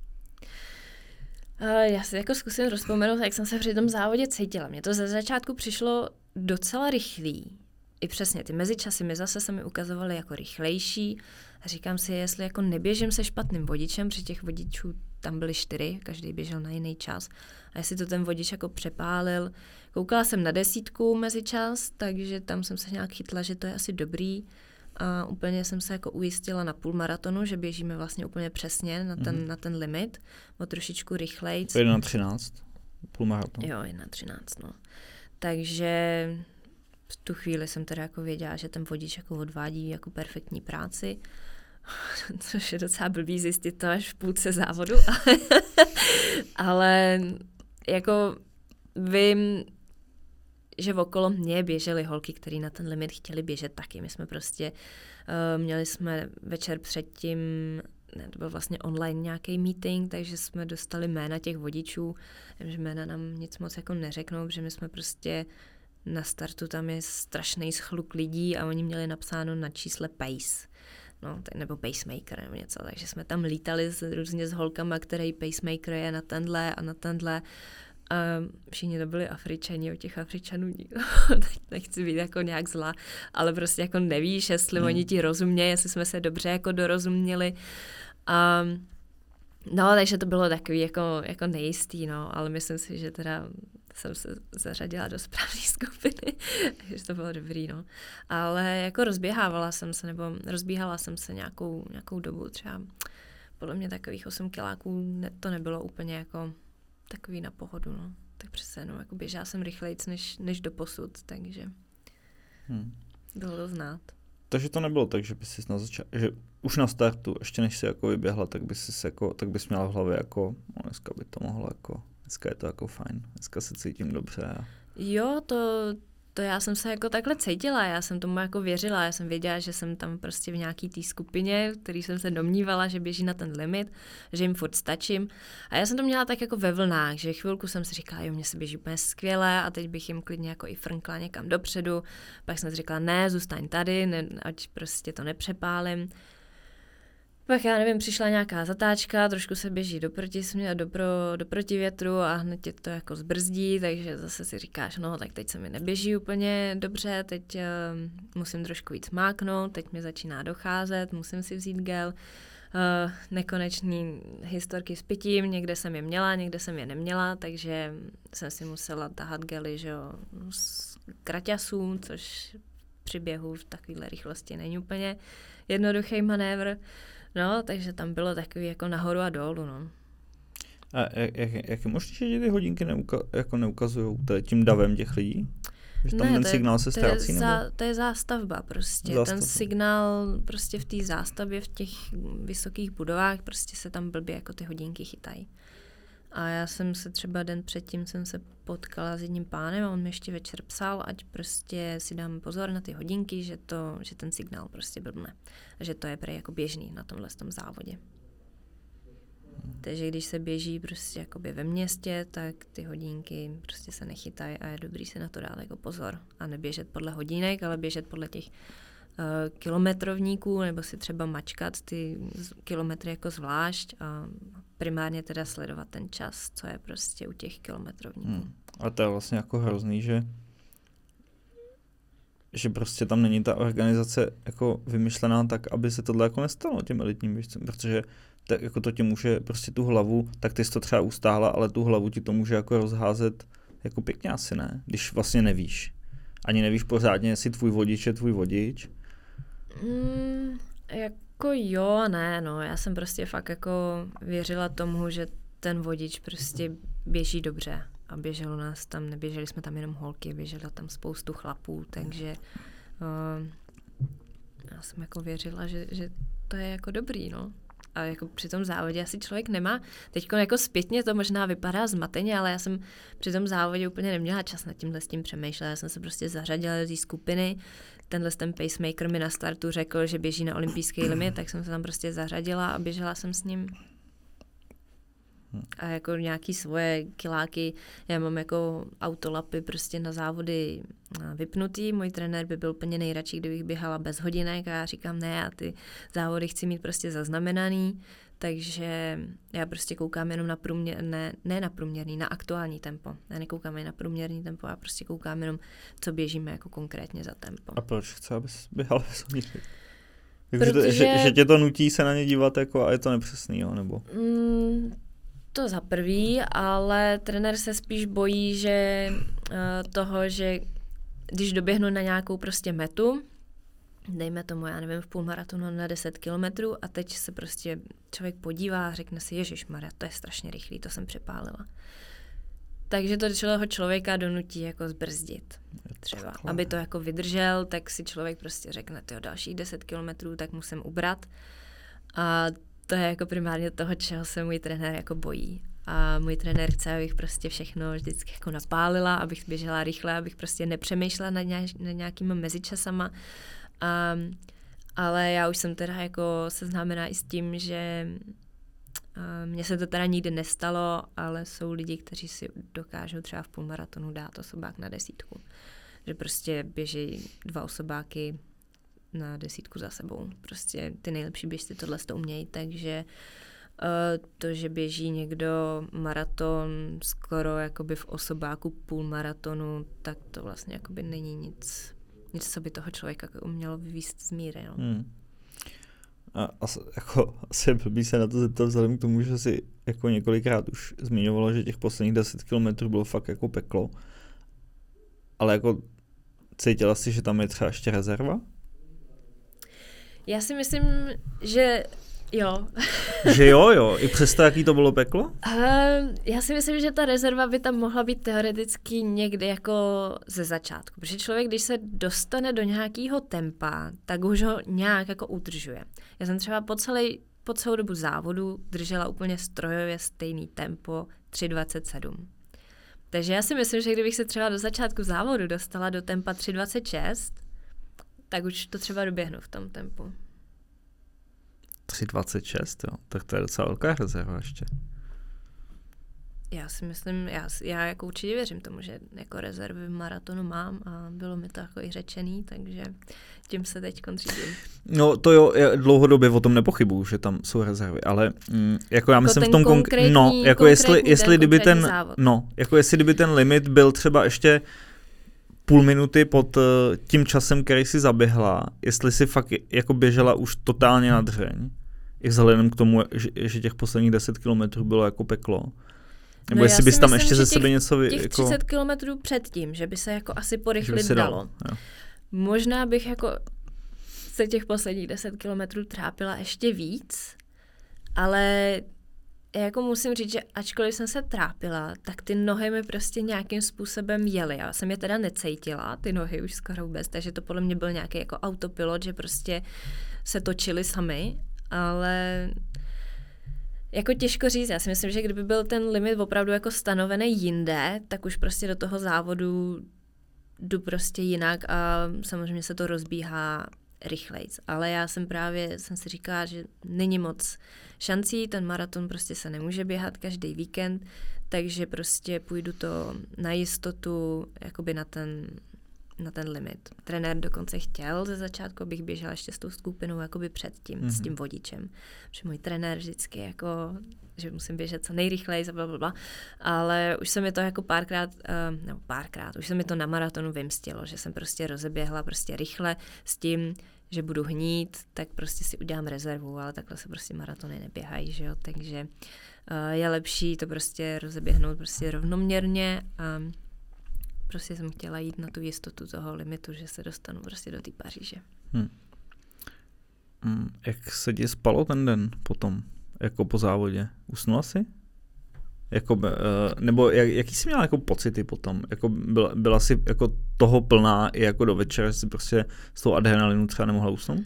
Já si jako zkusím rozpomenout, jak jsem se při tom závodě cítila. Mně to ze začátku přišlo docela rychlý. I přesně, ty mezičasy mi zase se mi ukazovaly jako rychlejší. A říkám si, jestli jako neběžím se špatným vodičem, při těch vodičů tam byly čtyři, každý běžel na jiný čas. A jestli to ten vodič jako přepálil. Koukala jsem na desítku mezičas, takže tam jsem se nějak chytla, že to je asi dobrý. A úplně jsem se jako ujistila na půlmaratonu, že běžíme vlastně úplně přesně na ten, mm. na ten limit, o trošičku rychlejc. jedna třináct, půlmaraton. Jo, jedna třináct, no. Takže v tu chvíli jsem teda jako věděla, že ten vodič jako odvádí jako perfektní práci, což je docela blbý zjistit to až v půlce závodu. Ale jako vím, že okolo mě běžely holky, které na ten limit chtěli běžet taky. My jsme prostě, uh, měli jsme večer předtím, ne, to byl vlastně online nějaký meeting, takže jsme dostali jména těch vodičů. Vím, že jména nám nic moc jako neřeknou, protože my jsme prostě na startu, tam je strašný schluk lidí a oni měli napsáno na čísle pace. No, nebo pacemaker nebo něco, takže jsme tam lítali s, různě s holkama, který pacemaker je na tenhle a na tenhle. A všichni to byli Afričani, o těch Afričanů nechci být jako nějak zlá, ale prostě jako nevíš, jestli hmm. oni ti rozumějí, jestli jsme se dobře jako dorozuměli. A no, takže to bylo takový jako, jako nejistý, no, ale myslím si, že teda jsem se zařadila do správné skupiny, takže to bylo dobrý, no. Ale jako rozběhávala jsem se, nebo rozbíhala jsem se nějakou, nějakou dobu, třeba podle mě takových osm kiláků ne, to nebylo úplně jako takový na pohodu, no. Tak přece jenom jako běžela jsem rychlejc než, než doposud, takže hmm. bylo to znát. Takže to nebylo tak, že bys si na začátku, že už na startu, ještě než jsi jako vyběhla, tak bys si jako, tak bys měla v hlavě jako, no dneska by to mohlo jako, dneska je to jako fajn, dneska se cítím dobře. A... Jo, to, to já jsem se jako takhle cítila, já jsem tomu jako věřila, já jsem věděla, že jsem tam prostě v nějaký té skupině, který jsem se domnívala, že běží na ten limit, že jim furt stačím. A já jsem to měla tak jako ve vlnách, že chvilku jsem si říkala, jo, mně se běží úplně skvěle a teď bych jim klidně jako i frnkla někam dopředu. Pak jsem si říkala, ne, zůstaň tady, ne, ať prostě to nepřepálím. Pak já nevím, přišla nějaká zatáčka, trošku se běží do protisměru, do, pro, do protivětru a hned tě to jako zbrzdí, takže zase si říkáš, no tak teď se mi neběží úplně dobře, teď uh, musím trošku víc máknout, teď mi začíná docházet, musím si vzít gel. Uh, nekonečný historky s pitím, někde jsem je měla, někde jsem je neměla, takže jsem si musela tahat gely, že jo, z kraťasů, což při běhu v takovéhle rychlosti není úplně jednoduchý manévr. No, takže tam bylo takový jako nahoru a dolů, no. A jak, jak, jak je možné, že ty hodinky neuka, jako neukazují tím davem těch lidí? Že tam ne, ten to signál je, se to ztrácí? Je za, to je zástavba prostě. Zástavba. Ten signál prostě v té zástavbě, v těch vysokých budovách, prostě se tam blbě jako ty hodinky chytají. A já jsem se třeba den předtím jsem se potkala s jedním pánem a on mi ještě večer psal, ať prostě si dám pozor na ty hodinky, že, to, že ten signál prostě blbne. A že to je prej jako běžný na tomhle tom závodě. Hmm. Takže když se běží prostě jakoby ve městě, tak ty hodinky prostě se nechytají a je dobrý si na to dát jako pozor. A neběžet podle hodinek, ale běžet podle těch uh, kilometrovníků, nebo si třeba mačkat ty kilometry jako zvlášť a primárně teda sledovat ten čas, co je prostě u těch kilometrovníků. Hmm. A to je vlastně jako hrozný, že že prostě tam není ta organizace jako vymyšlená tak, aby se tohle jako nestalo těm elitním běžcům, protože tak jako to ti může prostě tu hlavu, tak ty jsi to třeba ustáhla, ale tu hlavu ti to může jako rozházet jako pěkně asi ne, když vlastně nevíš. Ani nevíš pořádně, jestli tvůj vodič je tvůj vodič. Mm, jako jo a ne, no. Já jsem prostě fakt jako věřila tomu, že ten vodič prostě běží dobře. A běželo nás tam, neběželi jsme tam jenom holky, běžela tam spoustu chlapů, takže uh, já jsem jako věřila, že, že to je jako dobrý, no. A jako při tom závodě asi člověk nemá, teďko jako zpětně to možná vypadá zmateně, ale já jsem při tom závodě úplně neměla čas nad tímhle s tím přemýšlet. Já jsem se prostě zařadila do té skupiny, tenhle ten pacemaker mi na startu řekl, že běží na olympijský limit, tak jsem se tam prostě zařadila a běžela jsem s ním. A jako nějaký svoje kiláky, já mám jako autolapy prostě na závody vypnutý, můj trenér by byl úplně nejradši, kdybych běhala bez hodinek a já říkám ne, já ty závody chci mít prostě zaznamenaný, takže já prostě koukám jenom na průměr, ne, ne na průměrný, na aktuální tempo. Já nekoukám i na průměrný tempo, já prostě koukám jenom, co běžíme jako konkrétně za tempo. A proč chce, abys běhala bez hodinek? Protože... Že, že, že tě to nutí se na ně dívat jako a je to nepřesný, jo, nebo? Mm, To za prvý, ale trenér se spíš bojí, že uh, toho, že když doběhnu na nějakou prostě metu, dejme tomu, já nevím, v půlmaratonu na deset kilometrů a teď se prostě člověk podívá a řekne si, ježišmarja, to je strašně rychlý, to jsem přepálila. Takže to toho člověka donutí jako zbrzdit třeba. Aby to jako vydržel, tak si člověk prostě řekne, tyjo, dalších deset kilometrů, tak musím ubrat. A to je jako primárně toho, čeho se můj trenér jako bojí. A můj trenér chce, abych prostě všechno vždycky jako napálila, abych běžela rychle, abych prostě nepřemýšlela nad, nějak, nad nějakýma mezičasama. A, ale já už jsem teda jako seznámená i s tím, že mně se to teda nikdy nestalo, ale jsou lidi, kteří si dokážou třeba v půlmaratonu dát osobák na desítku. Že prostě běží dva osobáky na desítku za sebou. Prostě ty nejlepší běžci tohle to umějí, takže uh, to, že běží někdo maraton skoro jakoby v osobáku půl maratonu, tak to vlastně jakoby není nic, nic, co by toho člověka umělo vyvízt z míry. No. Hmm. A asi, jako, asi by se na to zeptal vzhledem k tomu, že si jako několikrát už zmiňovalo, že těch posledních deset kilometrů bylo fakt jako peklo. Ale jako cítila jsi, že tam je třeba ještě rezerva? Já si myslím, že jo. Že jo, jo, i přesto, jaký to bylo peklo? Uh, já si myslím, že ta rezerva by tam mohla být teoreticky někdy jako ze začátku, protože člověk, když se dostane do nějakého tempa, tak už ho nějak jako udržuje. Já jsem třeba po, celý, po celou dobu závodu držela úplně strojově stejný tempo tři dvacet sedm. Takže já si myslím, že kdybych se třeba do začátku závodu dostala do tempa tři dvacet šest, tak už to třeba doběhnu v tom tempu. tři dvacet šest, jo, tak to je docela velká rezerva ještě. Já si myslím, já, já jako určitě věřím tomu, že jako rezervy v maratonu mám a bylo mi to jako i řečený, takže tím se teď řídím. No to jo, já dlouhodobě o tom nepochybuju, že tam jsou rezervy, ale mm, jako já jako myslím v tom konkrétní, no, jako jestli, jestli kdyby ten, závod. no, jako jestli kdyby ten limit byl třeba ještě půl minuty pod uh, tím časem, který si zaběhla, jestli si fakt jako běžela už totálně na dřeň, i vzhledem k tomu, že, že těch posledních deset kilometrů bylo jako peklo. Nebo no jestli bys tam ještě ze těch, sebe něco... Vy, těch jako... třicet kilometrů předtím, že by se jako asi porychlit dalo. dalo. Možná bych jako se těch posledních deset kilometrů trápila ještě víc, ale jako musím říct, že ačkoliv jsem se trápila, tak ty nohy mi prostě nějakým způsobem jely. Já jsem je teda necítila, ty nohy už skoro vůbec, takže to podle mě byl nějaký jako autopilot, že prostě se točily sami, ale jako těžko říct. Já si myslím, že kdyby byl ten limit opravdu jako stanovený jinde, tak už prostě do toho závodu jdu prostě jinak a samozřejmě se to rozbíhá rychlejc. Ale já jsem právě, jsem si říkala, že není moc šancí, ten maraton prostě se nemůže běhat každý víkend, takže prostě půjdu to na jistotu, jakoby na ten, na ten limit. Trenér dokonce chtěl ze začátku, abych běžela ještě s tou skupinou jakoby předtím, mm-hmm. s tím vodičem. Protože můj trenér vždycky jako, že musím běžet co nejrychleji, blablabla. Ale už se mi to jako párkrát, uh, nebo párkrát, už se mi to na maratonu vymstilo, že jsem prostě rozeběhla prostě rychle s tím, že budu hnít, tak prostě si udělám rezervu, ale takhle se prostě maratony neběhají, že jo, takže uh, je lepší to prostě rozeběhnout prostě rovnoměrně a prostě jsem chtěla jít na tu jistotu toho limitu, že se dostanu prostě do té Paříže. Hmm. Hmm. Jak se ti spalo ten den potom, jako po závodě? Usnula jsi? Jako, uh, nebo jak, jaký jsi měla jako pocity potom? Jako byla, byla jsi jako toho plná i jako do večera, že jsi prostě z toho adrenalinu třeba nemohla usnout?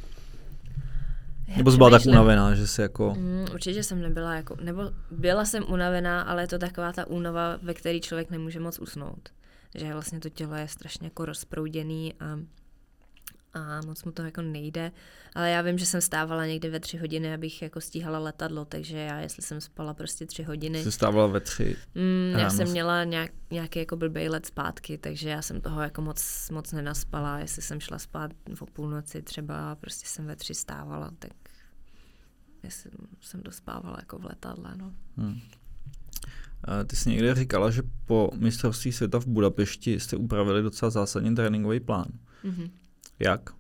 Já nebo jsi byla tak unavená, že jsi jako... Mm, určitě jsem nebyla jako, nebo byla jsem unavená, ale je to taková ta únava, ve které člověk nemůže moc usnout. Že vlastně to tělo je strašně jako rozprouděný a, a moc mu to jako nejde. Ale já vím, že jsem stávala někdy ve tři hodiny, abych jako stíhala letadlo, takže já, jestli jsem spala prostě tři hodiny... Jsi stávala ve tři? Mm, já jsem měla nějak, nějaký jako blbej let zpátky, takže já jsem toho jako moc, moc nenaspala. Jestli jsem šla spát o půlnoci třeba, prostě jsem ve tři stávala, tak jestli jsem dospávala jako v letadle, no. Hmm. Ty jsi někde říkala, že po mistrovství světa v Budapešti jste upravili docela zásadně tréninkový plán. Mm-hmm. Jak?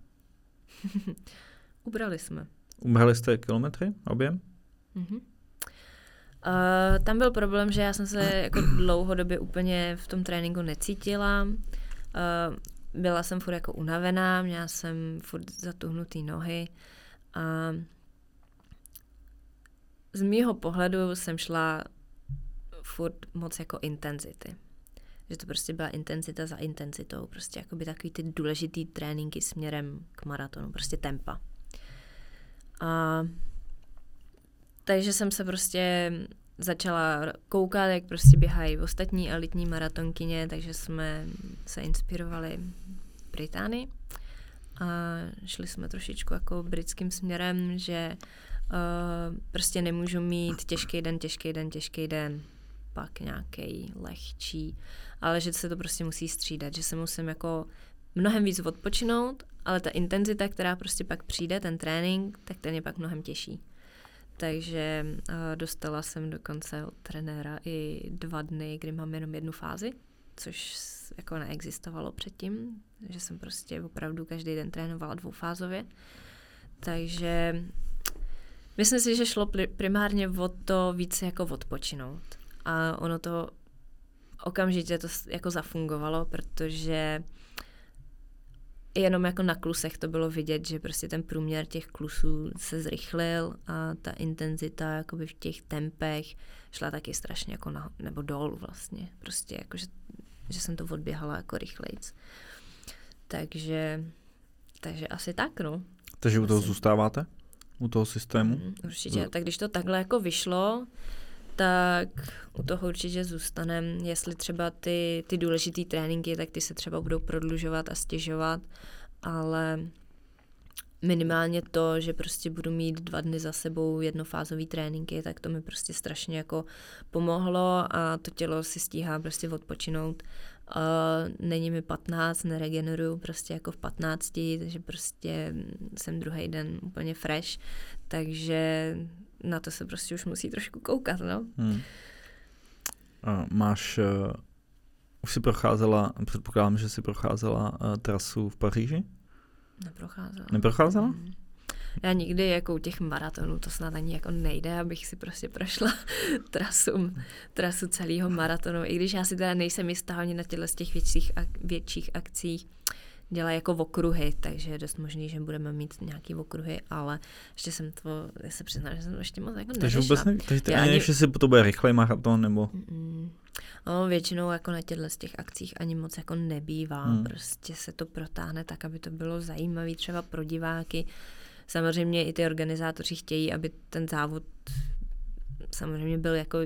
Ubrali jsme. Ubrali jste kilometry, objem? Mm-hmm. Uh, tam byl problém, že já jsem se jako dlouhodobě úplně v tom tréninku necítila. Uh, byla jsem furt jako unavená, měla jsem furt zatuhnutý nohy a z mýho pohledu jsem šla furt moc jako intenzity. Že to prostě byla intenzita za intenzitou. Prostě jakoby takový ty důležitý tréninky směrem k maratonu. Prostě tempa. A takže jsem se prostě začala koukat, jak prostě běhají ostatní elitní maratonkyně, takže jsme se inspirovali v Británii a šli jsme trošičku jako britským směrem, že uh, prostě nemůžu mít těžký den, těžký den, těžký den, pak nějaký lehčí, ale že se to prostě musí střídat, že se musím jako mnohem víc odpočinout, ale ta intenzita, která prostě pak přijde, ten trénink, tak ten je pak mnohem těžší. Takže uh, dostala jsem dokonce od trenéra i dva dny, kdy mám jenom jednu fázi, což jako neexistovalo předtím, že jsem prostě opravdu každý den trénovala dvoufázově. Takže myslím si, že šlo primárně o to více jako odpočinout. A ono to okamžitě to jako zafungovalo, protože jenom jako na klusech to bylo vidět, že prostě ten průměr těch klusů se zrychlil a ta intenzita jakoby v těch tempech šla taky strašně jako na, nebo dolů vlastně. Prostě jako, že, že jsem to odběhala jako rychlejc. Takže, takže asi tak, no. Takže u toho zůstáváte? U toho systému? Mm, určitě. Tak když to takhle jako vyšlo, tak u toho určitě zůstanem. Jestli třeba ty, ty důležitý tréninky, tak ty se třeba budou prodlužovat a stěžovat, ale minimálně to, že prostě budu mít dva dny za sebou jednofázový tréninky, tak to mi prostě strašně jako pomohlo a to tělo si stíhá prostě odpočinout. Uh, není mi patnáct, neregeneruju prostě jako v patnácti, takže prostě jsem druhý den úplně fresh, takže na to se prostě už musí trošku koukat, no. Hmm. A máš, uh, už jsi procházela, předpokládám, že jsi procházela uh, trasu v Paříži? Neprocházela. Neprocházela? Hmm. Já nikdy jako u těch maratonů, to snad ani jako nejde, abych si prostě prošla trasu, trasu celého maratonu, i když já si teda nejsem jistá, oni na těchto z těch větších, větších akcích dělají jako okruhy, takže je dost možný, že budeme mít nějaký okruhy, ale ještě jsem to, já se přiznám, že jsem to ještě moc jako nevyšla. Takže vůbec ne, takže ty ani nevím, jestli to bude rychlej maraton, nebo... Mm, no, většinou jako na těchto z těch akcích ani moc jako nebývá, hmm. prostě se to protáhne tak, aby to bylo zajímavé třeba pro diváky. Samozřejmě i ty organizátoři chtějí, aby ten závod samozřejmě byl jako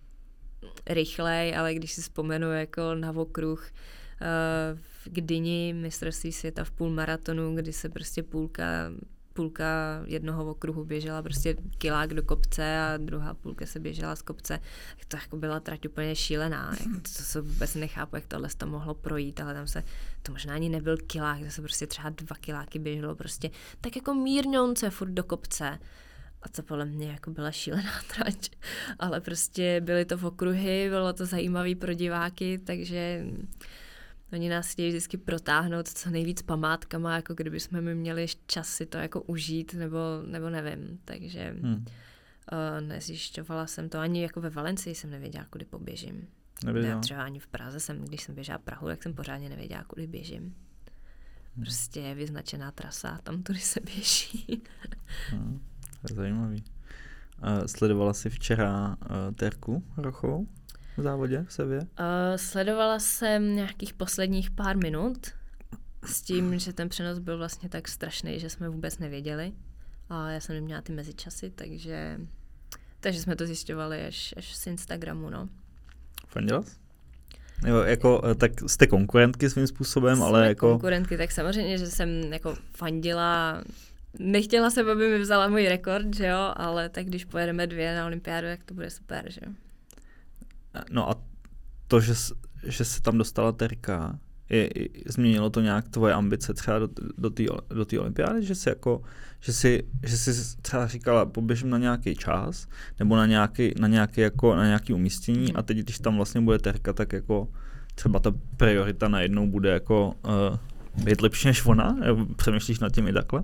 rychlej, ale když si vzpomenu jako na okruh v Gdyni, mistrovství světa v půlmaratonu, kdy se prostě půlka, půlka jednoho okruhu běžela prostě kilák do kopce a druhá půlka se běžela z kopce. To jako byla trať úplně šílená. To se vůbec nechápu, jak tohle to mohlo projít, ale tam se, to možná ani nebyl kilák, to se prostě třeba dva kiláky běželo prostě tak jako mírňonce furt do kopce. A to podle mě jako byla šílená trať. Ale prostě byly to v okruhy, bylo to zajímavý pro diváky, takže oni nás chtějí vždycky protáhnout co nejvíc památkama, jako kdyby jsme my měli čas si to jako užít, nebo, nebo nevím. Takže hmm. uh, nezjišťovala jsem to. Ani jako ve Valencii jsem nevěděla, kudy poběžím. Nevěděla. Já třeba ani v Praze jsem, když jsem běžela Prahu, tak jsem pořádně nevěděla, kudy běžím. Hmm. Prostě je vyznačená trasa, tam tudy se běží. hmm. To je zajímavý. Uh, sledovala jsi včera uh, Terku Rochovou v závodě v Sevě? Uh, sledovala jsem nějakých posledních pár minut s tím, že ten přenos byl vlastně tak strašný, že jsme vůbec nevěděli. A já jsem neměla ty mezičasy, takže, takže jsme to zjišťovali až, až z Instagramu, no. Fandila jsi? Jo, jako, tak jste konkurentky svým způsobem, jsme ale jako... konkurentky, tak samozřejmě, že jsem jako fandila. Nechtěla jsem, aby mi vzala můj rekord, že jo, ale tak když pojedeme dvě na olympiádu, tak to bude super, že jo. No a to, že, že se tam dostala Terka, je, je, změnilo to nějak tvoje ambice třeba do, do té do té olympiády, že jsi jako, že jsi, že jsi třeba říkala, poběžím na nějaký čas, nebo na nějaký, na nějaký jako, na nějaký umístění hmm. a teď, když tam vlastně bude Terka, tak jako třeba ta priorita najednou bude jako uh, být lepší než ona? Přemýšlíš nad tím i takhle?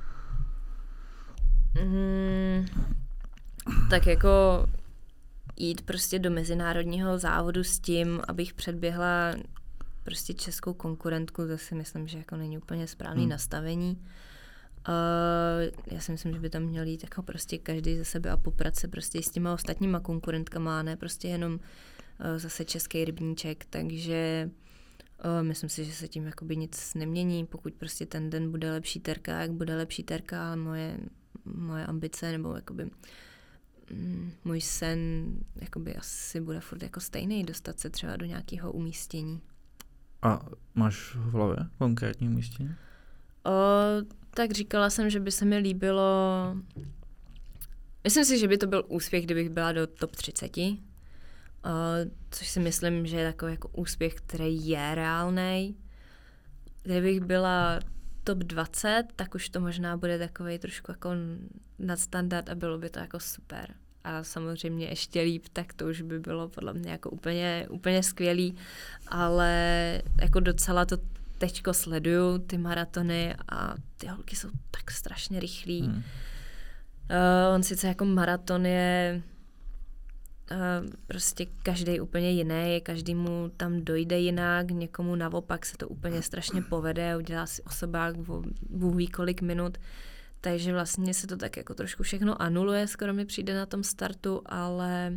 Mm, tak jako jít prostě do mezinárodního závodu s tím, abych předběhla prostě českou konkurentku, to si myslím, že jako není úplně správný hmm. nastavení. Uh, já si myslím, že by tam měl jít jako prostě každý ze sebe a poprat se prostě s těma ostatníma konkurentkama, ne prostě jenom uh, zase český rybníček, takže uh, myslím si, že se tím jakoby nic nemění, pokud prostě ten den bude lepší Terka, jak bude lepší Terka, ale moje moje ambice nebo jakoby mm, můj sen jakoby asi bude furt jako stejný, dostat se třeba do nějakého umístění. A máš v hlavě konkrétní umístění? O, tak říkala jsem, že by se mi líbilo, myslím si, že by to byl úspěch, kdybych byla do top třicet, o, což si myslím, že je takový jako úspěch, který je reálnej. Kdybych byla top dvacet, tak už to možná bude takovej trošku jako nadstandard a bylo by to jako super. A samozřejmě ještě líp, tak to už by bylo podle mě jako úplně, úplně skvělý, ale jako docela to teďko sleduju, ty maratony a ty holky jsou tak strašně rychlý. Hmm. Uh, on sice jako maraton je Uh, prostě každý úplně jiný, každému tam dojde jinak, někomu naopak se to úplně strašně povede, udělá si osobák Bůh ví kolik minut, takže vlastně se to tak jako trošku všechno anuluje, skoro mi přijde na tom startu, ale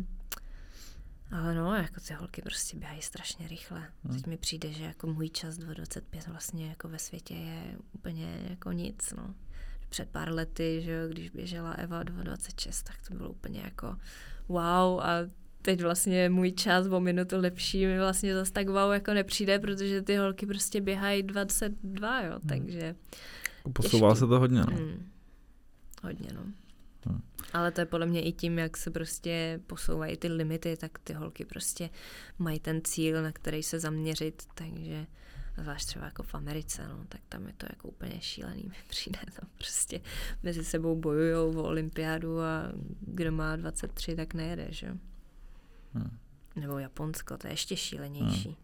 ale no, jako ty holky prostě běhají strašně rychle. Teď mi přijde, že jako můj čas dva dvacet pět vlastně jako ve světě je úplně jako nic, no. Před pár lety, že když běžela Eva dva dvacet šest, tak to bylo úplně jako wow, a teď vlastně můj čas o minutu lepší mi vlastně zase tak wow jako nepřijde, protože ty holky prostě běhají dvacet dva, jo, takže... Posouvá se to hodně, no. Hmm. Hodně, no. Hmm. Ale to je podle mě i tím, jak se prostě posouvají ty limity, tak ty holky prostě mají ten cíl, na který se zaměřit, takže zvlášť třeba jako v Americe, no, tak tam je to jako úplně šílený, mi přijde, tam prostě mezi sebou bojujou o olympiádu a kdo má dvacet tři, tak nejede, že? Hmm. Nebo Japonsko, to je ještě šílenější. Hmm.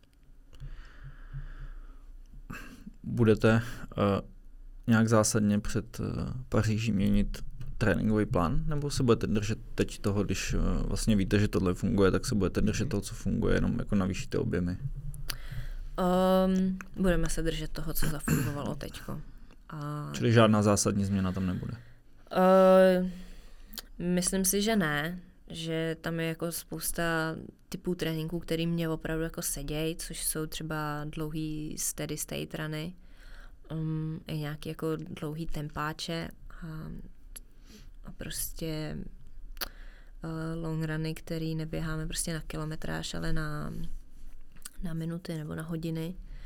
Budete uh, nějak zásadně před uh, Paříží měnit tréninkový plán, nebo se budete držet teď toho, když uh, vlastně víte, že tohle funguje, tak se budete držet toho, co funguje, jenom jako navýšíte objemy? Um, budeme se držet toho, co zafungovalo teďko. A... Čili žádná zásadní změna tam nebude? Uh, myslím si, že ne. Že tam je jako spousta typů tréninků, který mě opravdu jako sedějí, což jsou třeba dlouhý steady state runy, um, i nějaký jako dlouhý tempáče a, a prostě uh, long runy, který neběháme prostě na kilometráž, ale na na minuty nebo na hodiny.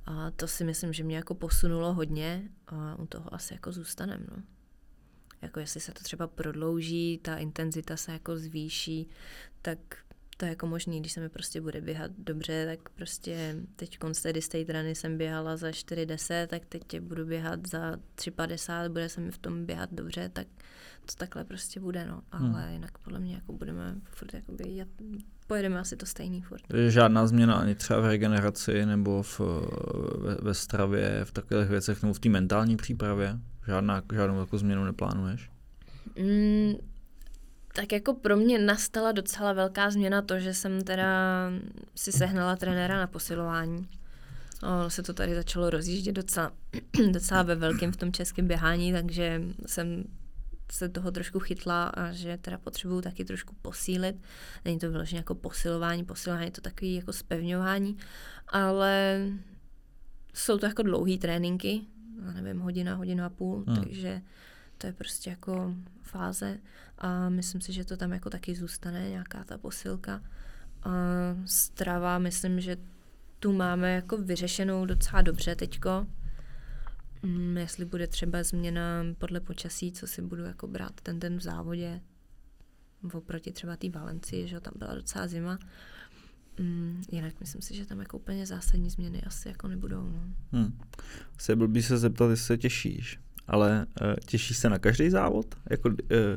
A to si myslím, že mě jako posunulo hodně a u toho asi jako zůstanem, no. Jako jestli se to třeba prodlouží, ta intenzita se jako zvýší, tak to je jako možný, když se mi prostě bude běhat dobře, tak prostě teď steady state runy jsem běhala za čtyři deset, tak teď budu běhat za tři padesát, bude se mi v tom běhat dobře, tak to takhle prostě bude, no. Ale hmm. jinak podle mě jako budeme furt jakoby, pojedeme asi to stejný furt. Žádná změna ani třeba v regeneraci nebo v, ve, ve stravě, v takových věcech, nebo v té mentální přípravě? Žádná, žádnou jako změnu neplánuješ? Mm, tak jako pro mě nastala docela velká změna to, že jsem teda si sehnala trenéra na posilování. Ono se to tady začalo rozjíždět docela, docela ve velkém v tom českém běhání, takže jsem se toho trošku chytla a že teda potřebuju taky trošku posílit. Není to vyloženě jako posilování, posilování je to takový jako zpevňování, ale jsou to jako dlouhý tréninky, já nevím, hodina, hodina a půl, hmm. takže to je prostě jako fáze a myslím si, že to tam jako taky zůstane, nějaká ta posilka. A strava, myslím, že tu máme jako vyřešenou docela dobře teďko. Mm, jestli bude třeba změna podle počasí, co si budu jako brát ten den v závodě, oproti třeba té Valencii, že tam byla docela zima. Mm, jinak myslím si, že tam jako úplně zásadní změny asi jako nebudou. No. Hmm. Se blbý se zeptat, jestli se těšíš, ale uh, těšíš se na každý závod? Jako, uh,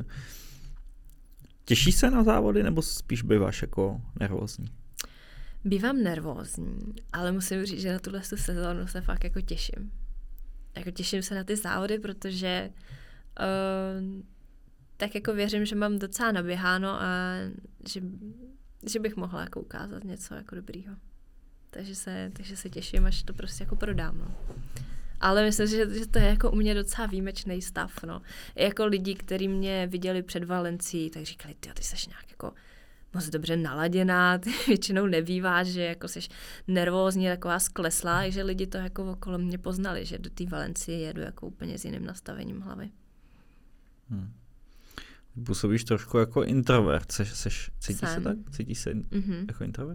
těšíš se na závody, nebo spíš býváš jako nervózní? Bývám nervózní, ale musím říct, že na tuhle sezónu se fakt jako těším. Jako těším se na ty závody, protože uh, tak jako věřím, že mám docela naběháno a že, že bych mohla jako ukázat něco jako dobrýho. Takže se, takže se těším, až to prostě jako prodám. No. Ale myslím si, že, že to je jako u mě docela výjimečný stav. No. Jako lidi, kteří mě viděli před Valencií, tak říkali, ty, ty seš nějak jako moc dobře naladěná, ty většinou nebýváš, že jako seš nervózní, taková skleslá, že lidi to jako okolo mě poznali, že do té Valencie jedu jako úplně s jiným nastavením hlavy. Hmm. Působíš trošku jako introvert, seš, seš, cítíš Jsem. se tak? Cítíš se mm-hmm. jako introvert?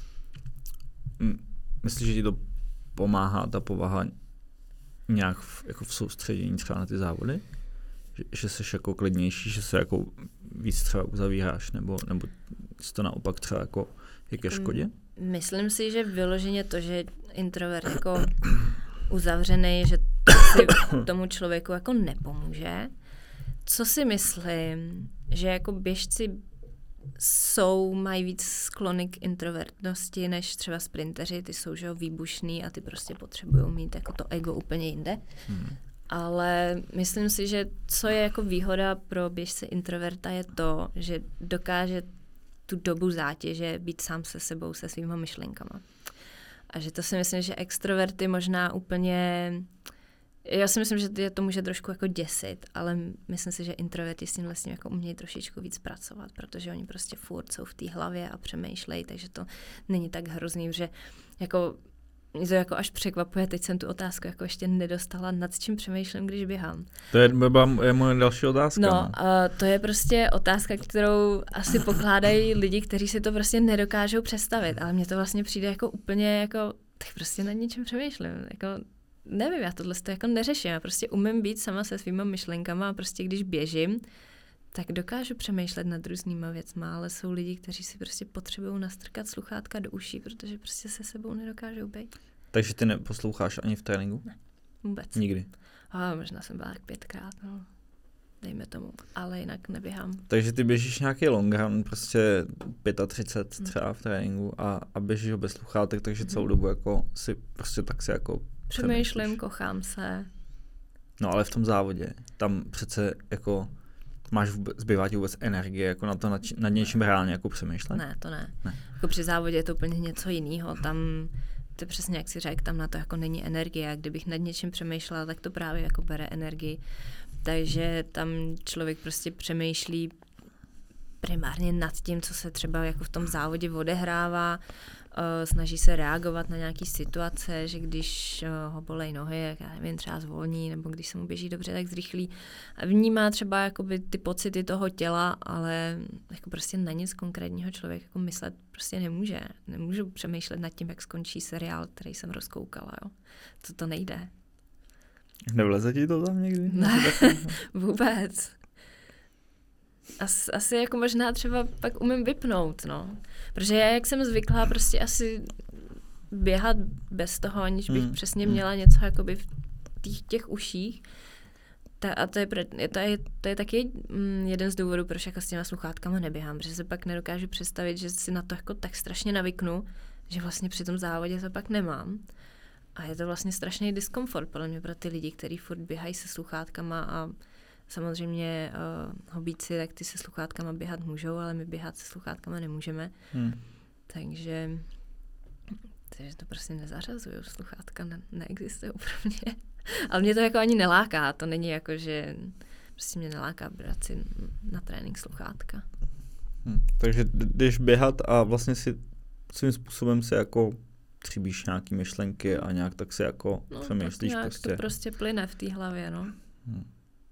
Myslíš, že ti to pomáhá ta povaha nějak v, jako v soustředění třeba na ty závody? Že, že jsi jako klidnější, že se jako víc třeba uzavíráš, nebo, nebo jsi to naopak třeba jako je ke škodě? Myslím si, že vyloženě to, že introvert jako uzavřený, že si tomu člověku jako nepomůže. Co si myslím, že jako běžci jsou, mají víc sklony k introvertnosti než třeba sprinteři, ty jsou že jo, výbušný a ty prostě potřebují mít jako to ego úplně jinde. Hmm. Ale myslím si, že co je jako výhoda pro běžce introverta je to, že dokáže tu dobu zátěže být sám se sebou, se svýma myšlenkama. A že to si myslím, že extroverty možná úplně... Já si myslím, že je to může trošku jako děsit, ale myslím si, že introverti s tím vlastně jako umějí trošičku víc pracovat, protože oni prostě furt jsou v té hlavě a přemýšlejí, takže to není tak hrozný, že jako mě to jako až překvapuje, teď jsem tu otázku jako ještě nedostala, nad čím přemýšlím, když běhám. To je, je moje další otázka. No, uh, to je prostě otázka, kterou asi pokládají lidi, kteří si to prostě nedokážou představit, ale mně to vlastně přijde jako úplně jako, tak prostě nad ničím přemýšlím, jako nevím, já tohle to jako neřeším, já prostě umím být sama se svýma myšlenkama a prostě když běžím, tak dokážu přemýšlet nad různýma věcma, ale jsou lidi, kteří si prostě potřebují nastrkat sluchátka do uší, protože prostě se sebou nedokážou být. Takže ty neposloucháš ani v tréninku? Ne, vůbec. Nikdy? A možná jsem byla tak pětkrát, no. Dejme tomu, ale jinak neběhám. Takže ty běžíš nějaký long run, prostě třicet pět třeba v tréninku a, a běžíš ho bez sluchátek, takže celou dobu jako si prostě tak si jako přemýšlím, kochám se. No ale v tom závodě, tam přece jako máš vůbec, zbývá ti vůbec energie jako na to nad, nad něčím reálně jako přemýšlet? Ne, to ne. ne. Jako při závodě je to úplně něco jiného. Tam, to přesně jak si řekl, tam na to jako není energie. A kdybych nad něčím přemýšlela, tak to právě jako bere energii. Takže tam člověk prostě přemýšlí primárně nad tím, co se třeba jako v tom závodě odehrává, uh, snaží se reagovat na nějaký situace, že když uh, ho bolej nohy, jak já nevím, třeba zvolní, nebo když se mu běží dobře, tak zrychlí. A vnímá třeba jakoby ty pocity toho těla, ale jako prostě na nic konkrétního člověk jako myslet prostě nemůže. Nemůžu přemýšlet nad tím, jak skončí seriál, který jsem rozkoukala. Jo. To to nejde. Nevleze ti to tam někdy? Ne, vůbec. As, asi jako možná třeba pak umím vypnout, no. Protože já, jak jsem zvyklá prostě asi běhat bez toho, aniž bych hmm. přesně měla něco jakoby v těch, těch uších. Ta, a to je, to, je, to je taky jeden z důvodů, proč jako s těma sluchátkama neběhám, protože se pak nedokážu představit, že si na to jako tak strašně navyknu, že vlastně při tom závodě to pak nemám. A je to vlastně strašný diskomfort podle mě pro ty lidi, kteří furt běhají se sluchátkama a samozřejmě uh, hobíci, tak ty se sluchátkama běhat můžou, ale my běhat se sluchátkama nemůžeme. Hmm. Takže, takže to prostě nezařazuju. Sluchátka ne- neexistují pro mě. Ale mě to jako ani neláká. To není jako, že prostě mě neláká brát si na trénink sluchátka. Hmm. Takže jdeš běhat a vlastně si svým způsobem si jako tříbíš nějaký myšlenky a nějak tak si jako no, přemýšlíš. Tak nějak prostě. to prostě plyne v té hlavě, no. Hmm.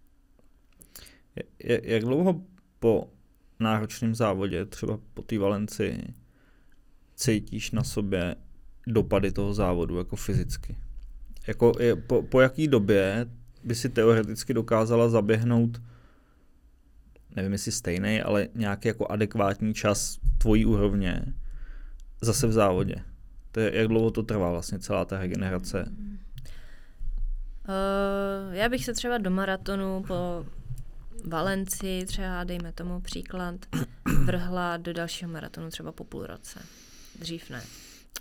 Je, jak dlouho po náročném závodě, třeba po té Valencii, cítíš na sobě dopady toho závodu jako fyzicky? Jako je, po, po jaký době by si teoreticky dokázala zaběhnout, nevím jestli stejný, ale nějaký jako adekvátní čas tvojí úrovně zase v závodě? To je, jak dlouho to trvá vlastně celá ta regenerace? Uh, já bych se třeba do maratonu po Valencii, třeba dejme tomu příklad, vrhla do dalšího maratonu třeba po půl roce. Dřív ne.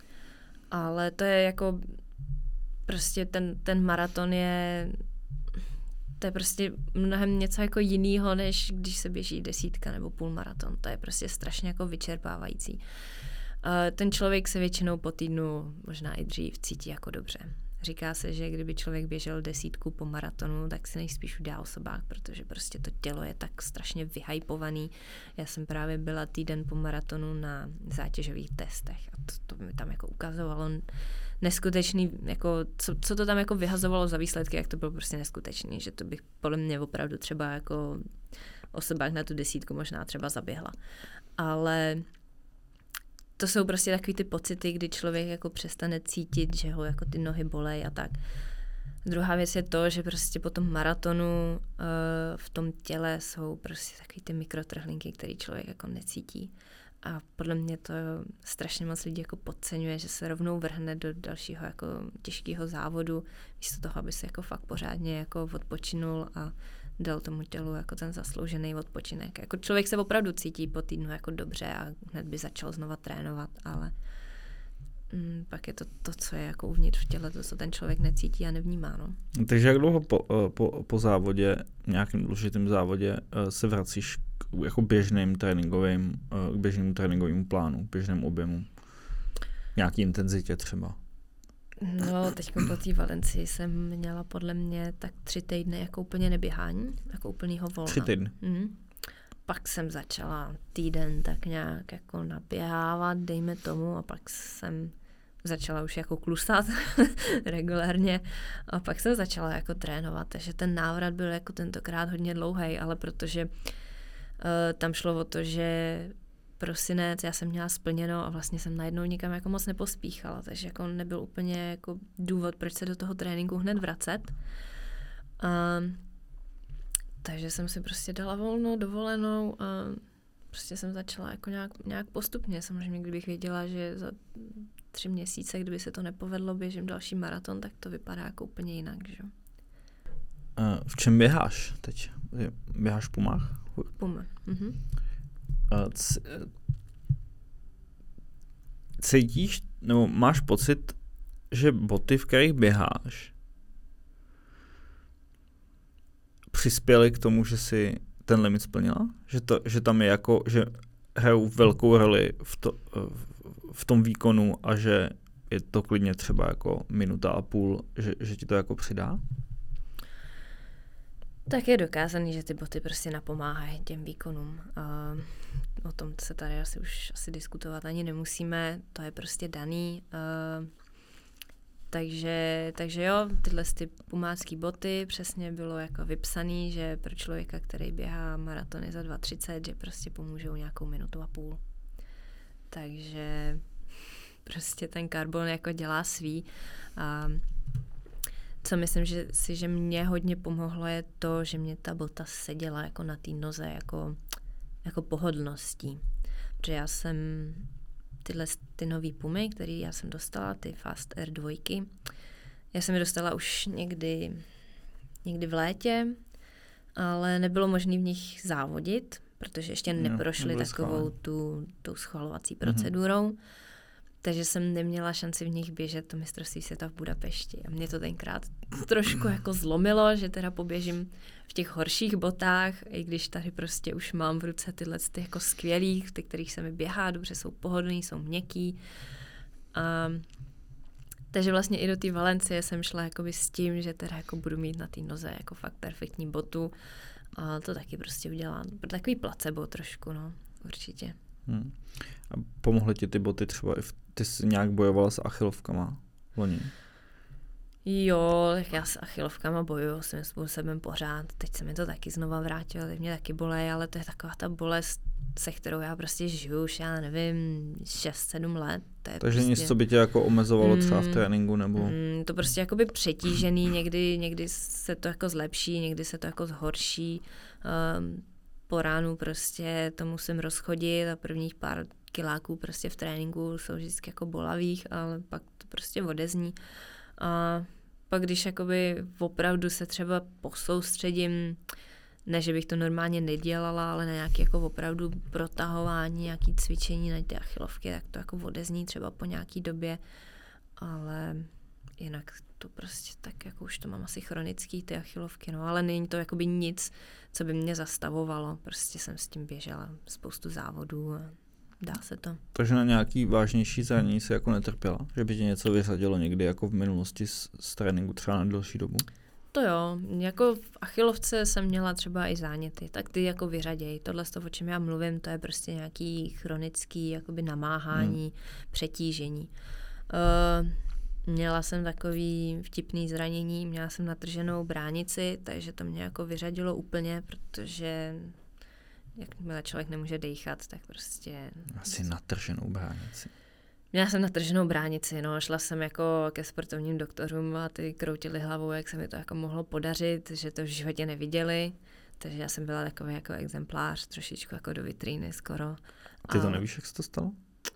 Ale to je jako prostě ten, ten maraton je to je prostě mnohem něco jako jinýho, než když se běží desítka nebo půl maraton. To je prostě strašně jako vyčerpávající. Uh, ten člověk se většinou po týdnu, možná i dřív, cítí jako dobře. Říká se, že kdyby člověk běžel desítku po maratonu, tak si nejspíš udělá osobák, protože prostě to tělo je tak strašně vyhypovaný. Já jsem právě byla týden po maratonu na zátěžových testech a to, to mi tam jako ukazovalo neskutečný, jako, co, co to tam jako vyhazovalo za výsledky, jak to bylo prostě neskutečný, že to bych podle mě opravdu třeba jako osobák na tu desítku možná třeba zaběhla. Ale to jsou prostě takový ty pocity, kdy člověk jako přestane cítit, že ho jako ty nohy bolej a tak. Druhá věc je to, že prostě po tom maratonu uh, v tom těle jsou prostě takový ty mikrotrhlinky, který člověk jako necítí. A podle mě to strašně moc lidí jako podceňuje, že se rovnou vrhne do dalšího jako těžkého závodu, místo toho, aby se jako fakt pořádně jako odpočinul a dal tomu tělu jako ten zasloužený odpočinek. Jako člověk se opravdu cítí po týdnu jako dobře a hned by začal znova trénovat, ale mm, pak je to to, co je jako uvnitř v těle, to, co ten člověk necítí a nevnímá. No. Takže jak dlouho po, po, po závodě, nějakým důležitým závodě, se vracíš k jako běžným tréninkovým, k běžnému tréninkovému plánu, k běžnému objemu? Nějaký intenzitě třeba? No, teď po té Valencii jsem měla podle mě tak tři týdny jako úplně neběhání, jako úplnýho volna. Tři týdny? Mm. Pak jsem začala týden tak nějak jako naběhávat, dejme tomu, a pak jsem začala už jako klusat regulárně a pak jsem začala jako trénovat, takže ten návrat byl jako tentokrát hodně dlouhý, ale protože uh, tam šlo o to, že prosinec, já jsem měla splněno a vlastně jsem najednou nikam jako moc nepospíchala, takže jako nebyl úplně jako důvod, proč se do toho tréninku hned vracet. Um, takže jsem si prostě dala volno, dovolenou a prostě jsem začala jako nějak, nějak postupně. Samozřejmě, kdybych věděla, že za tři měsíce, kdyby se to nepovedlo, běžím další maraton, tak to vypadá jako úplně jinak, že? V čem běháš teď? Běháš v Pumách? Puma. Mhm. C- cítíš, nebo máš pocit, že boty, v kterých běháš, přispěly k tomu, že si ten limit splnila? Že, to, že tam je jako, že hrajou velkou roli v, to, v tom výkonu a že je to klidně třeba jako minuta a půl, že, že ti to jako přidá? Tak je dokázaný, že ty boty prostě napomáhají těm výkonům. Uh, o tom se tady asi už asi diskutovat ani nemusíme, to je prostě daný. Uh, takže, takže jo, tyhle ty pumácký boty přesně bylo jako vypsaný, že pro člověka, který běhá maratony za dva třicet, že prostě pomůžou nějakou minutu a půl. Takže prostě ten karbon jako dělá svý. A co myslím, že si, že mě hodně pomohlo, je to, že mě ta bota seděla jako na té noze, jako, jako pohodlností. Protože já jsem tyhle ty nový pumy, který já jsem dostala, ty Fast Air dva, já jsem je dostala už někdy, někdy v létě, ale nebylo možné v nich závodit, protože ještě neprošli no, takovou tu, tu schvalovací procedurou. Mm-hmm. Takže jsem neměla šanci v nich běžet to mistrovství světa v Budapešti. A mě to tenkrát trošku jako zlomilo, že teda poběžím v těch horších botách, i když tady prostě už mám v ruce tyhle ty jako skvělý, ty, kterých se mi běhá, dobře jsou pohodlný, jsou měkký. A, takže vlastně i do té Valencie jsem šla jakoby s tím, že teda jako budu mít na té noze jako fakt perfektní botu. A to taky prostě udělám. Takový placebo trošku, no, určitě. Hmm. A pomohly ti ty boty třeba i v, ty jsi nějak bojovala s achilovkama loni? Jo, já s achilovkama bojuju svým způsobem pořád. Teď se mi to taky znova vrátilo, teď mě taky bolej, ale to je taková ta bolest, se kterou já prostě žiju už, já nevím, šest sedm let. To je Takže prostě nic, co by tě jako omezovalo mm, třeba v tréninku, nebo? Mm, to prostě jakoby přetížený, někdy, někdy se to jako zlepší, někdy se to jako zhorší. Um, po ránu prostě to musím rozchodit a prvních pár kiláků prostě v tréninku jsou vždycky jako bolavých, ale pak to prostě odezní. A pak když jakoby opravdu se třeba posoustředím, ne, že bych to normálně nedělala, ale na nějaké jako opravdu protahování, nějaké cvičení na ty achilovky, tak to jako odezní třeba po nějaký době, ale jinak to prostě tak, jako už to mám asi chronický, ty achilovky, no, ale není to jakoby nic, co by mě zastavovalo, prostě jsem s tím běžela spoustu závodů a dá se to. Takže na nějaký vážnější zranění se jako netrpěla? Že by tě něco vyřadilo někdy jako v minulosti z, z tréninku třeba na delší dobu? To jo, jako v achilovce jsem měla třeba i záněty, tak ty jako vyřaděj. Tohle z toho, o čem já mluvím, to je prostě nějaký chronický jakoby namáhání, hmm. přetížení. Uh, Měla jsem takový vtipný zranění, měla jsem natrženou bránici, takže to mě jako vyřadilo úplně, protože jakmile člověk nemůže dejchat, tak prostě... Asi natrženou bránici. Měla jsem natrženou bránici, no, šla jsem jako ke sportovním doktorům a ty kroutili hlavou, jak se mi to jako mohlo podařit, že to v životě neviděli, takže já jsem byla takový jako exemplář, trošičku jako do vitríny skoro. A ty to a... nevíš, jak se to stalo?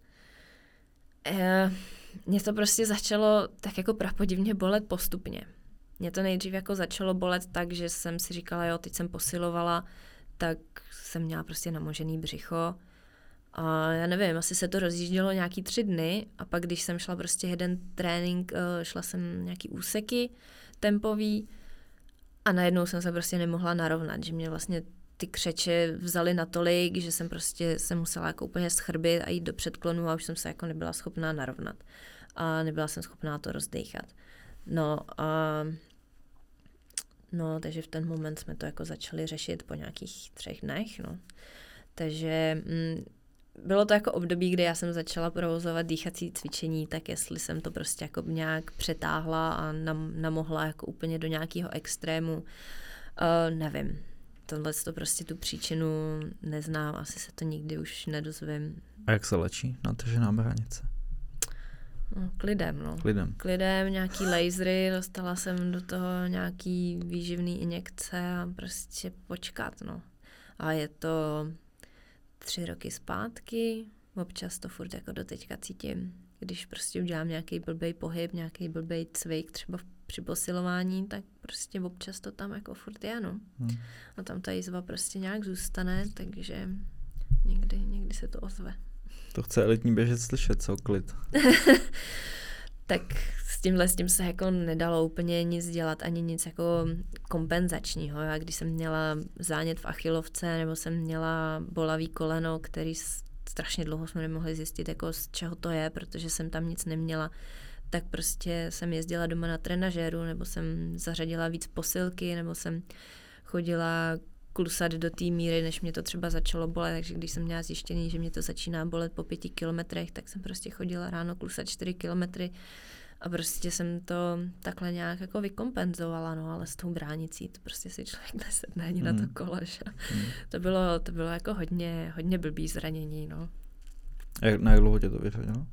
E, mě to prostě začalo tak jako prapodivně bolet postupně. Mě to nejdřív jako začalo bolet tak, že jsem si říkala, jo, teď jsem posilovala, tak jsem měla prostě namožený břicho. A já nevím, asi se to rozjíždělo nějaký tři dny a pak, když jsem šla prostě jeden trénink, šla jsem nějaký úseky tempový a najednou jsem se prostě nemohla narovnat, že mě vlastně ty křeče vzaly natolik, že jsem prostě se musela jako úplně schrbit a jít do předklonu a už jsem se jako nebyla schopná narovnat. A nebyla jsem schopná to rozdejchat. No a no, takže v ten moment jsme to jako začali řešit po nějakých třech dnech, no. Takže mm, bylo to jako období, kdy já jsem začala provozovat dýchací cvičení, tak jestli jsem to prostě jako nějak přetáhla a nam, namohla jako úplně do nějakého extrému, uh, nevím. Tohle to prostě tu příčinu neznám, asi se to nikdy už nedozvím. A jak se léčí natržená bránice? No, klidem, no. Klidem. Klidem, nějaký lasery, dostala jsem do toho nějaký výživný injekce a prostě počkat, no. A je to tři roky zpátky, občas to furt jako doteďka cítím. Když prostě udělám nějaký blbej pohyb, nějaký blbej cvik, třeba při posilování, tak prostě občas to tam jako furt je, no. Hmm. A tam ta jizva prostě nějak zůstane, takže někdy, někdy se to ozve. To chce elitní běžec slyšet, co klid. Tak s tímhle s tím se jako nedalo úplně nic dělat, ani nic jako kompenzačního. Já když jsem měla zánět v achilovce, nebo jsem měla bolavý koleno, který strašně dlouho jsme nemohli zjistit, jako z čeho to je, protože jsem tam nic neměla, tak prostě jsem jezdila doma na trenažéru, nebo jsem zařadila víc posilky, nebo jsem chodila klusat do té míry, než mě to třeba začalo bolet, takže když jsem měla zjištění, že mě to začíná bolet po pěti kilometrech, tak jsem prostě chodila ráno klusat čtyři kilometry a prostě jsem to takhle nějak jako vykompenzovala, no, ale s tou bránicí to prostě si člověk nesedne ani mm. na to kolo, že? Mm. To bylo, to bylo jako hodně, hodně blbý zranění, no. Jak, na jak dlouho tě to vyřadilo?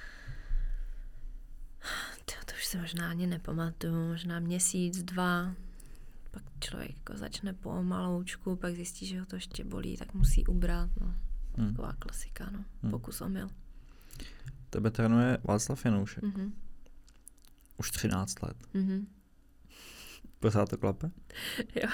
To už se možná ani nepamatuju, možná měsíc, dva, pak člověk jako začne pomaloučku, pak zjistí, že ho to ještě bolí, tak musí ubrat, no. Hmm. Taková klasika, no. Hmm. Pokus omyl. Tebe trénuje Václav Janoušek. Mm-hmm. Už třináct let. Mm-hmm. Pořád to klape? Jo.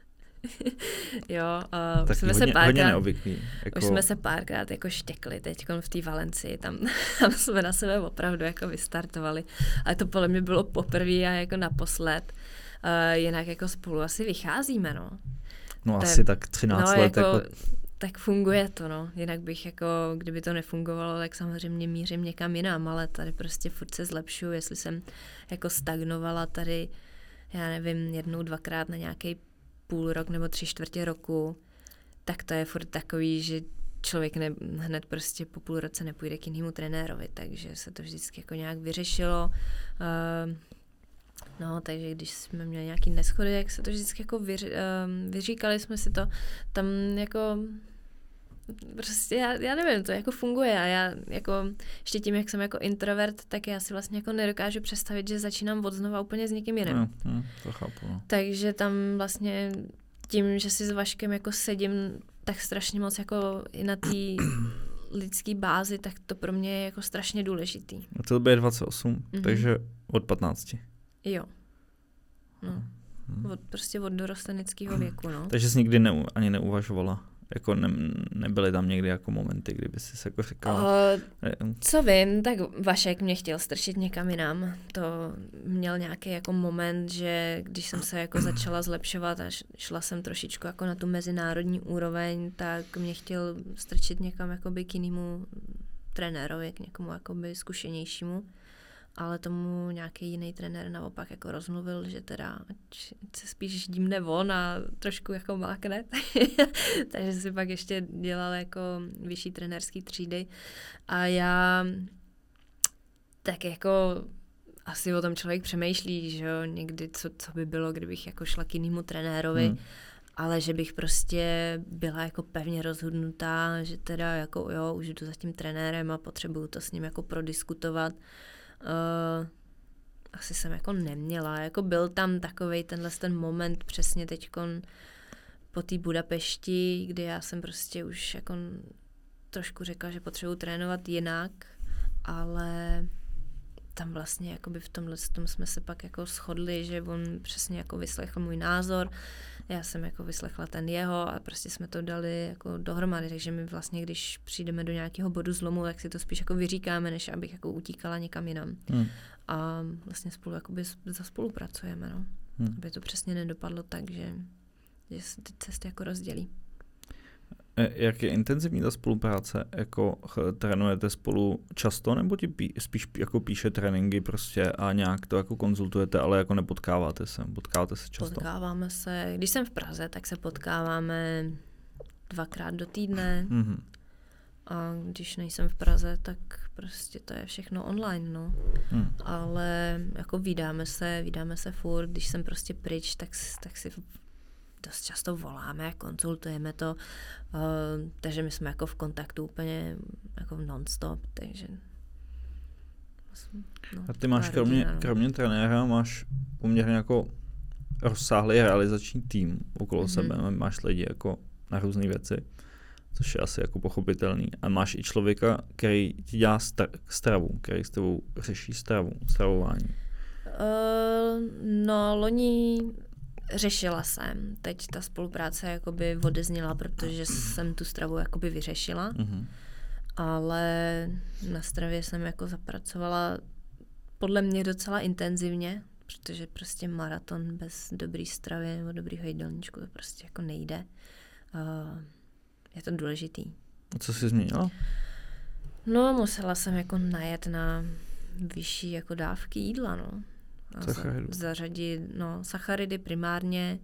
Jo, uh, tak už jsme hodně, se párkrát, hodně neobvyklý. Jako... Už jsme se párkrát jako štěkli teď v té Valencii, tam, tam jsme na sebe opravdu jako vystartovali. Ale to podle mě bylo poprvé a jako naposled. Uh, jinak jako spolu asi vycházíme, no. No Ten, asi tak třináct no, let. Jako, jako... Tak funguje to, no. Jinak bych jako, kdyby to nefungovalo, tak samozřejmě mířím někam jinam, ale tady prostě furt se zlepšuju, jestli jsem jako stagnovala tady, já nevím, jednou, dvakrát na nějaký půl rok nebo tři čtvrtě roku, tak to je furt takový, že člověk ne, hned prostě po půl roce nepůjde k jinému trenérovi, takže se to vždycky jako nějak vyřešilo. Uh, no, takže když jsme měli nějaký neschody, jak se to vždycky jako vyři, uh, vyříkali jsme si to, tam jako prostě já, já nevím, to jako funguje a já jako ještě tím, jak jsem jako introvert, tak já si vlastně jako nedokážu představit, že začínám od znova úplně s někým jiným. No, no, to chápu. No. Takže tam vlastně tím, že si s Vaškem jako sedím tak strašně moc jako i na té lidské bázi, tak to pro mě je jako strašně důležitý. A to bude dvacet osm, mm-hmm. takže od patnácti. Jo. No. Hmm. Od, prostě od dorosteneckého věku, no. Takže jsi nikdy ne, ani neuvažovala? Jako ne, nebyly tam někdy jako momenty, kdyby jsi se jako říkala? Uh, co vím, tak Vašek mě chtěl strčit někam jinam. To měl nějaký jako moment, že když jsem se jako začala zlepšovat a šla jsem trošičku jako na tu mezinárodní úroveň, tak mě chtěl strčit někam jakoby k jinému trenérovi, k někomu jakoby zkušenějšímu. Ale tomu nějaký jiný trenér naopak jako rozmluvil, že teda se spíš dímne von a trošku jako mákne. Takže si pak ještě dělal jako vyšší trenérský třídy. A já tak jako asi o tom člověk přemýšlí, že jo, někdy co, co by bylo, kdybych jako šla k jinému trenérovi. Hmm. Ale že bych prostě byla jako pevně rozhodnutá, že teda jako jo, už jdu za tím trenérem a potřebuju to s ním jako prodiskutovat. Uh, asi jsem jako neměla, jako byl tam takovej tenhle ten moment přesně teďkon po té Budapešti, kdy já jsem prostě už jako trošku řekla, že potřebuji trénovat jinak, ale tam vlastně jakoby v tomhle tom jsme se pak jako shodli, že on přesně jako vyslechl můj názor, já jsem jako vyslechla ten jeho a prostě jsme to dali jako dohromady, takže my vlastně, když přijdeme do nějakého bodu zlomu, tak si to spíš jako vyříkáme, než abych jako utíkala někam jinam. Hmm. A vlastně spolu jakoby zaspolupracujeme, no. Hmm. Aby to přesně nedopadlo tak, že, že se ty cesty jako rozdělí. Jak je intenzivní ta spolupráce? Jako trénujete spolu často, nebo ti pí, spíš jako píše tréninky prostě a nějak to jako konzultujete, ale jako nepotkáváte se? Potkáváte se často? Potkáváme se. Když jsem v Praze, tak se potkáváme dvakrát do týdne. Mm-hmm. A když nejsem v Praze, tak prostě to je všechno online, no. Mm. Ale jako vídáme se, vídáme se furt. Když jsem prostě pryč, tak, tak si dost často voláme, konzultujeme to, uh, takže my jsme jako v kontaktu úplně jako non-stop, takže no, a ty máš kromě, rodina, no. kromě trenéra, máš poměrně jako rozsáhlý realizační tým okolo mm-hmm. sebe, máš lidi jako na různé věci, což je asi jako pochopitelný, a máš i člověka, který ti dělá stravu, který s tebou řeší stravu, stravování. Uh, no, loni řešila jsem. Teď ta spolupráce jakoby odezněla, protože jsem tu stravu jakoby vyřešila. Mm-hmm. Ale na stravě jsem jako zapracovala podle mě docela intenzivně, protože prostě maraton bez dobrý stravy nebo dobrýho jídelníčku to prostě jako nejde. Uh, je to důležitý. A co jsi změnila? No, musela jsem jako najet na vyšší jako dávky jídla, no. Sacharidu. Zařadit no, sacharidy primárně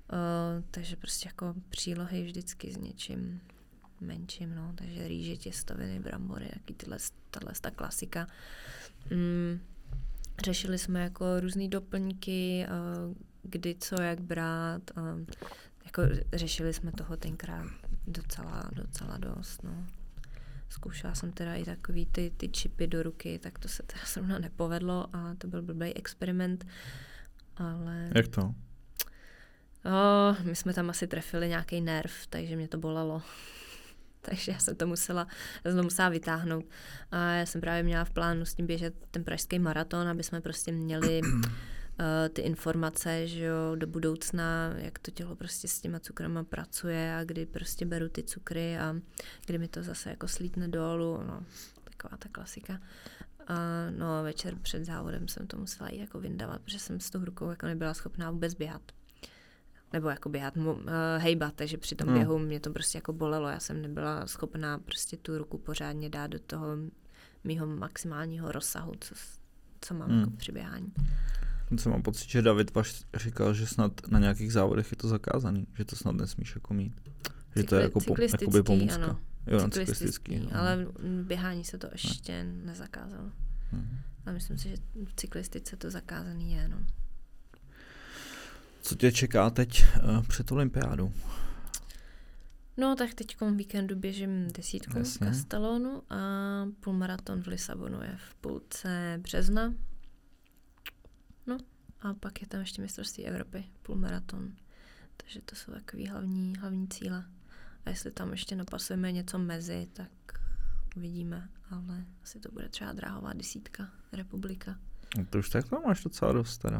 takže prostě jako přílohy vždycky s něčím menším, no, takže rýže, těstoviny, brambory, jaký tyhle, tahle ta klasika. Mm, řešili jsme jako různý doplňky, uh, kdy co, jak brát, uh, jako řešili jsme toho tenkrát docela, docela dost, no. Zkoušela jsem teda i takový ty, ty čipy do ruky, tak to se teda zrovna nepovedlo a to byl blbý experiment, ale... Jak to? Oh, my jsme tam asi trefili nějaký nerv, takže mě to bolelo. Takže já jsem to musela, já jsem to musela vytáhnout. A já jsem právě měla v plánu s tím běžet ten pražský maraton, aby jsme prostě měli uh, ty informace, že jo, do budoucna, jak to tělo prostě s těma cukrama pracuje a kdy prostě beru ty cukry a kdy mi to zase jako slítne dolů, no, taková ta klasika. A no, večer před závodem jsem to musela jít jako vyndavat, protože jsem s tou rukou jako nebyla schopná vůbec běhat. Nebo jako běhat, uh, hejbat, takže při tom no. běhu mě to prostě jako bolelo. Já jsem nebyla schopná prostě tu ruku pořádně dát do toho mýho maximálního rozsahu, co, co mám hmm. jako při běhání. Co mám pocit, že David Vaš říkal, že snad na nějakých závodech je to zakázaný, že to snad nesmíš jako mít. Že Cykli, to je jako cyklistický, pomůcka. Ano. Jo, cyklistický, cyklistický, ale běhání se to ještě ne. nezakázalo. Hmm. Ale myslím si, že v cyklistice to zakázaný je, no. Co tě čeká teď uh, před olympiádou? No tak teď v víkendu běžím desítku v Castellonu a půlmaraton v Lisabonu je v půlce března. No a pak je tam ještě mistrovství Evropy, půlmaraton. Takže to jsou takový hlavní, hlavní cíle. A jestli tam ještě napasujeme něco mezi, tak uvidíme. Ale asi to bude třeba dráhová desítka, republika. No to už tak to máš docela dost teda.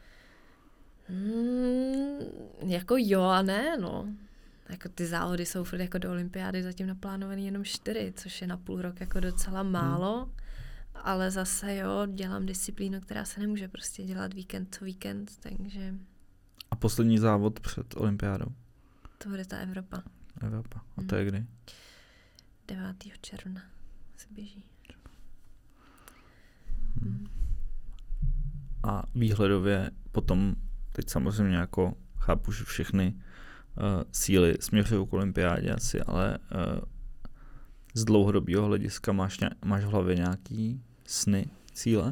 Hmm, jako jo a ne, no. Jako ty závody jsou furt jako do olympiády zatím naplánovaný jenom čtyři, což je na půl rok jako docela málo, hmm. ale zase jo, dělám disciplínu, která se nemůže prostě dělat víkend co víkend, takže... A poslední závod před olympiádou? To bude ta Evropa. Evropa. A to je kdy? devátého června se běží. Hmm. A výhledově potom, teď samozřejmě jako chápu, že všechny uh, síly směřují k olympiádě asi, ale uh, z dlouhodobého hlediska máš, ně, máš v hlavě nějaký sny, cíle?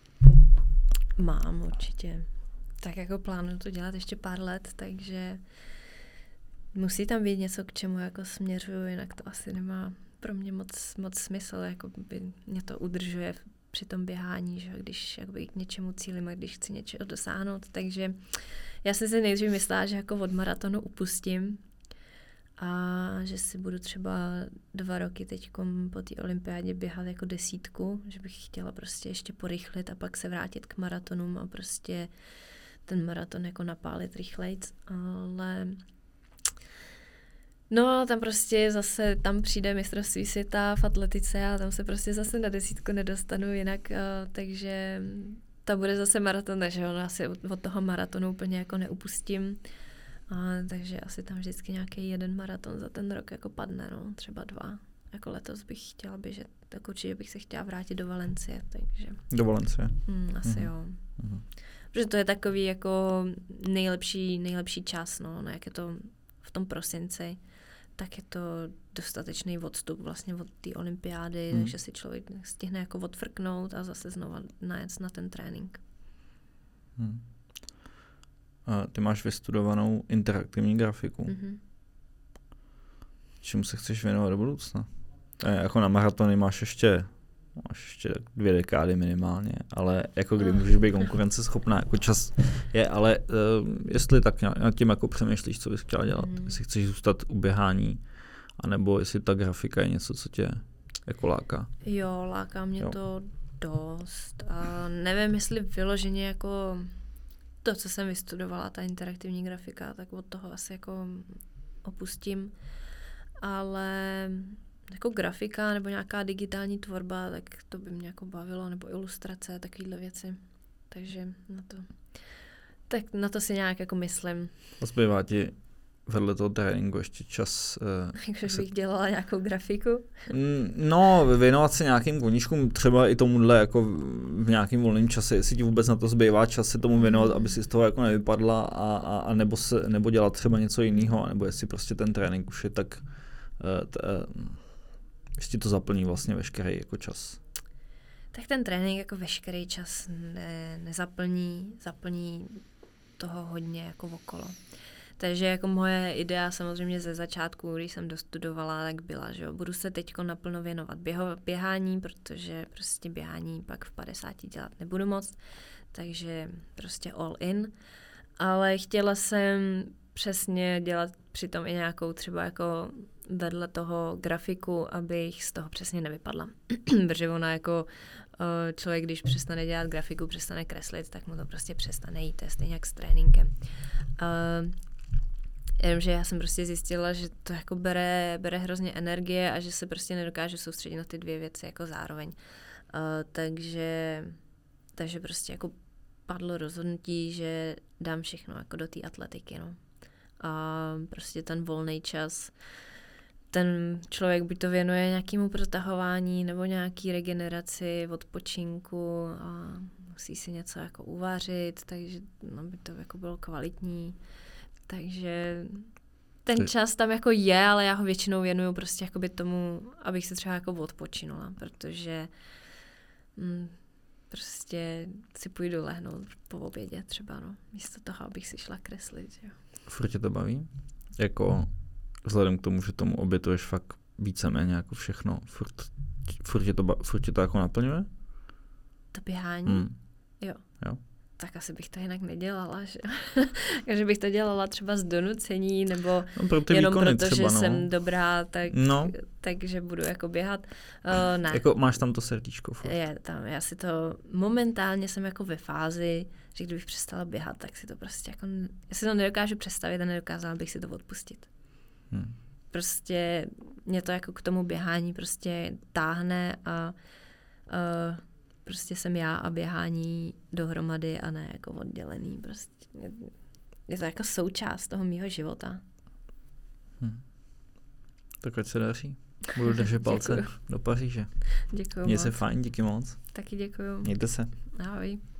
Mám určitě. Tak jako plánuju to dělat ještě pár let, takže musí tam být něco, k čemu jako směřuju, jinak to asi nemá pro mě moc, moc smysl, jako by mě to udržuje při tom běhání, že když jakoby k něčemu cílím a když chci něčeho dosáhnout, takže já jsem si nejdřív myslela, že jako od maratonu upustím a že si budu třeba dva roky teďkom po té olympiádě běhat jako desítku, že bych chtěla prostě ještě porychlit a pak se vrátit k maratonům a prostě ten maraton jako napálit rychlejc, ale no, tam prostě zase, tam přijde mistrovství světa v atletice a tam se prostě zase na desítku nedostanu jinak, uh, takže to bude zase maraton, takže ono asi od toho maratonu úplně jako neupustím. Uh, takže asi tam vždycky nějaký jeden maraton za ten rok jako padne, no, třeba dva. Jako letos bych chtěla běžet, tak určitě bych se chtěla vrátit do Valencie, takže... Do Valencie? Hmm, asi mm-hmm. jo. Mm-hmm. Protože to je takový jako nejlepší, nejlepší čas, no, no, jak je to v tom prosinci, tak je to dostatečný odstup vlastně od té olympiády, hmm. takže si člověk stihne jako odfrknout a zase znova najet na ten trénink. Hmm. A ty máš vystudovanou interaktivní grafiku. Mm-hmm. Čemu se chceš věnovat do budoucna? E, jako na maratony máš ještě, máš ještě dvě dekády minimálně, ale jako kdy můžeš být konkurenceschopná, jako čas je, ale uh, jestli tak nad tím jako přemýšlíš, co bys chtěla dělat, mm. jestli chceš zůstat u běhání, anebo jestli ta grafika je něco, co tě jako láká. Jo, láká mě jo. to dost. A nevím, jestli vyloženě jako to, co jsem vystudovala, ta interaktivní grafika, tak od toho asi jako opustím, ale jako grafika nebo nějaká digitální tvorba, tak to by mě jako bavilo, nebo ilustrace, takovýhle věci. Takže na to, tak na to si nějak jako myslím. A zbývá ti vedle toho tréninku ještě čas... Takže se... bych dělala nějakou grafiku? No, věnovat se nějakým koníčkům, třeba i tomuhle jako v nějakým volném čase, jestli ti vůbec na to zbývá čas se tomu věnovat, aby si z toho jako nevypadla a, a, a nebo, se, nebo dělat třeba něco jiného, nebo jestli prostě ten trénink už je tak... T, jestli to zaplní vlastně veškerý jako čas. Tak ten trénink jako veškerý čas ne, nezaplní, zaplní toho hodně jako okolo. Takže jako moje idea samozřejmě ze začátku, když jsem dostudovala, tak byla, že jo, budu se teďko naplno věnovat běho, běhání, protože prostě běhání pak v padesáti dělat nebudu moc, takže prostě all in. Ale chtěla jsem přesně dělat přitom i nějakou třeba jako vedle toho grafiku, abych z toho přesně nevypadla. Protože ona jako člověk, když přestane dělat grafiku, přestane kreslit, tak mu to prostě přestane jít, to je stejně jak s tréninkem. Uh, Jenomže já jsem prostě zjistila, že to jako bere, bere hrozně energie a že se prostě nedokážu soustředit na ty dvě věci jako zároveň. Uh, takže, takže prostě jako padlo rozhodnutí, že dám všechno jako do té atletiky, no. A prostě ten volný čas, ten člověk buď to věnuje nějakému protahování nebo nějaký regeneraci, odpočinku a musí si něco jako uvařit, takže no, by to jako bylo kvalitní. Takže ten čas tam jako je, ale já ho většinou věnuju prostě jakoby tomu, abych se třeba jako odpočinula, protože hm, prostě si půjdu lehnout po obědě třeba, no, místo toho, abych si šla kreslit, jo. Furt tě to baví? Jako vzhledem k tomu, že tomu obětuješ fakt víceméně jako všechno, furt, furt, tě, to, furt tě to jako naplňuje? To běhání? Hmm. Jo. Jo. Tak asi bych to jinak nedělala, že? Takže bych to dělala třeba z donucení, nebo no, pro ty jenom proto, že třeba, no. jsem dobrá, tak, no. takže budu jako běhat. Uh, ne. Jako máš tam to srdíčko furt. Je tam, já si to, momentálně jsem jako ve fázi, že kdybych přestala běhat, tak si to prostě jako, já si to nedokážu představit a nedokázala bych si to odpustit. Hmm. Prostě mě to jako k tomu běhání prostě táhne a uh, prostě jsem já a běhání dohromady a ne jako oddělený. Prostě je to jako součást toho mýho života. Hmm. Tak ať se daří. Budu držet palce do Paříže. Děkuju Měj moc. se fajn, díky moc. Taky děkuju. Mějte se. Ahoj.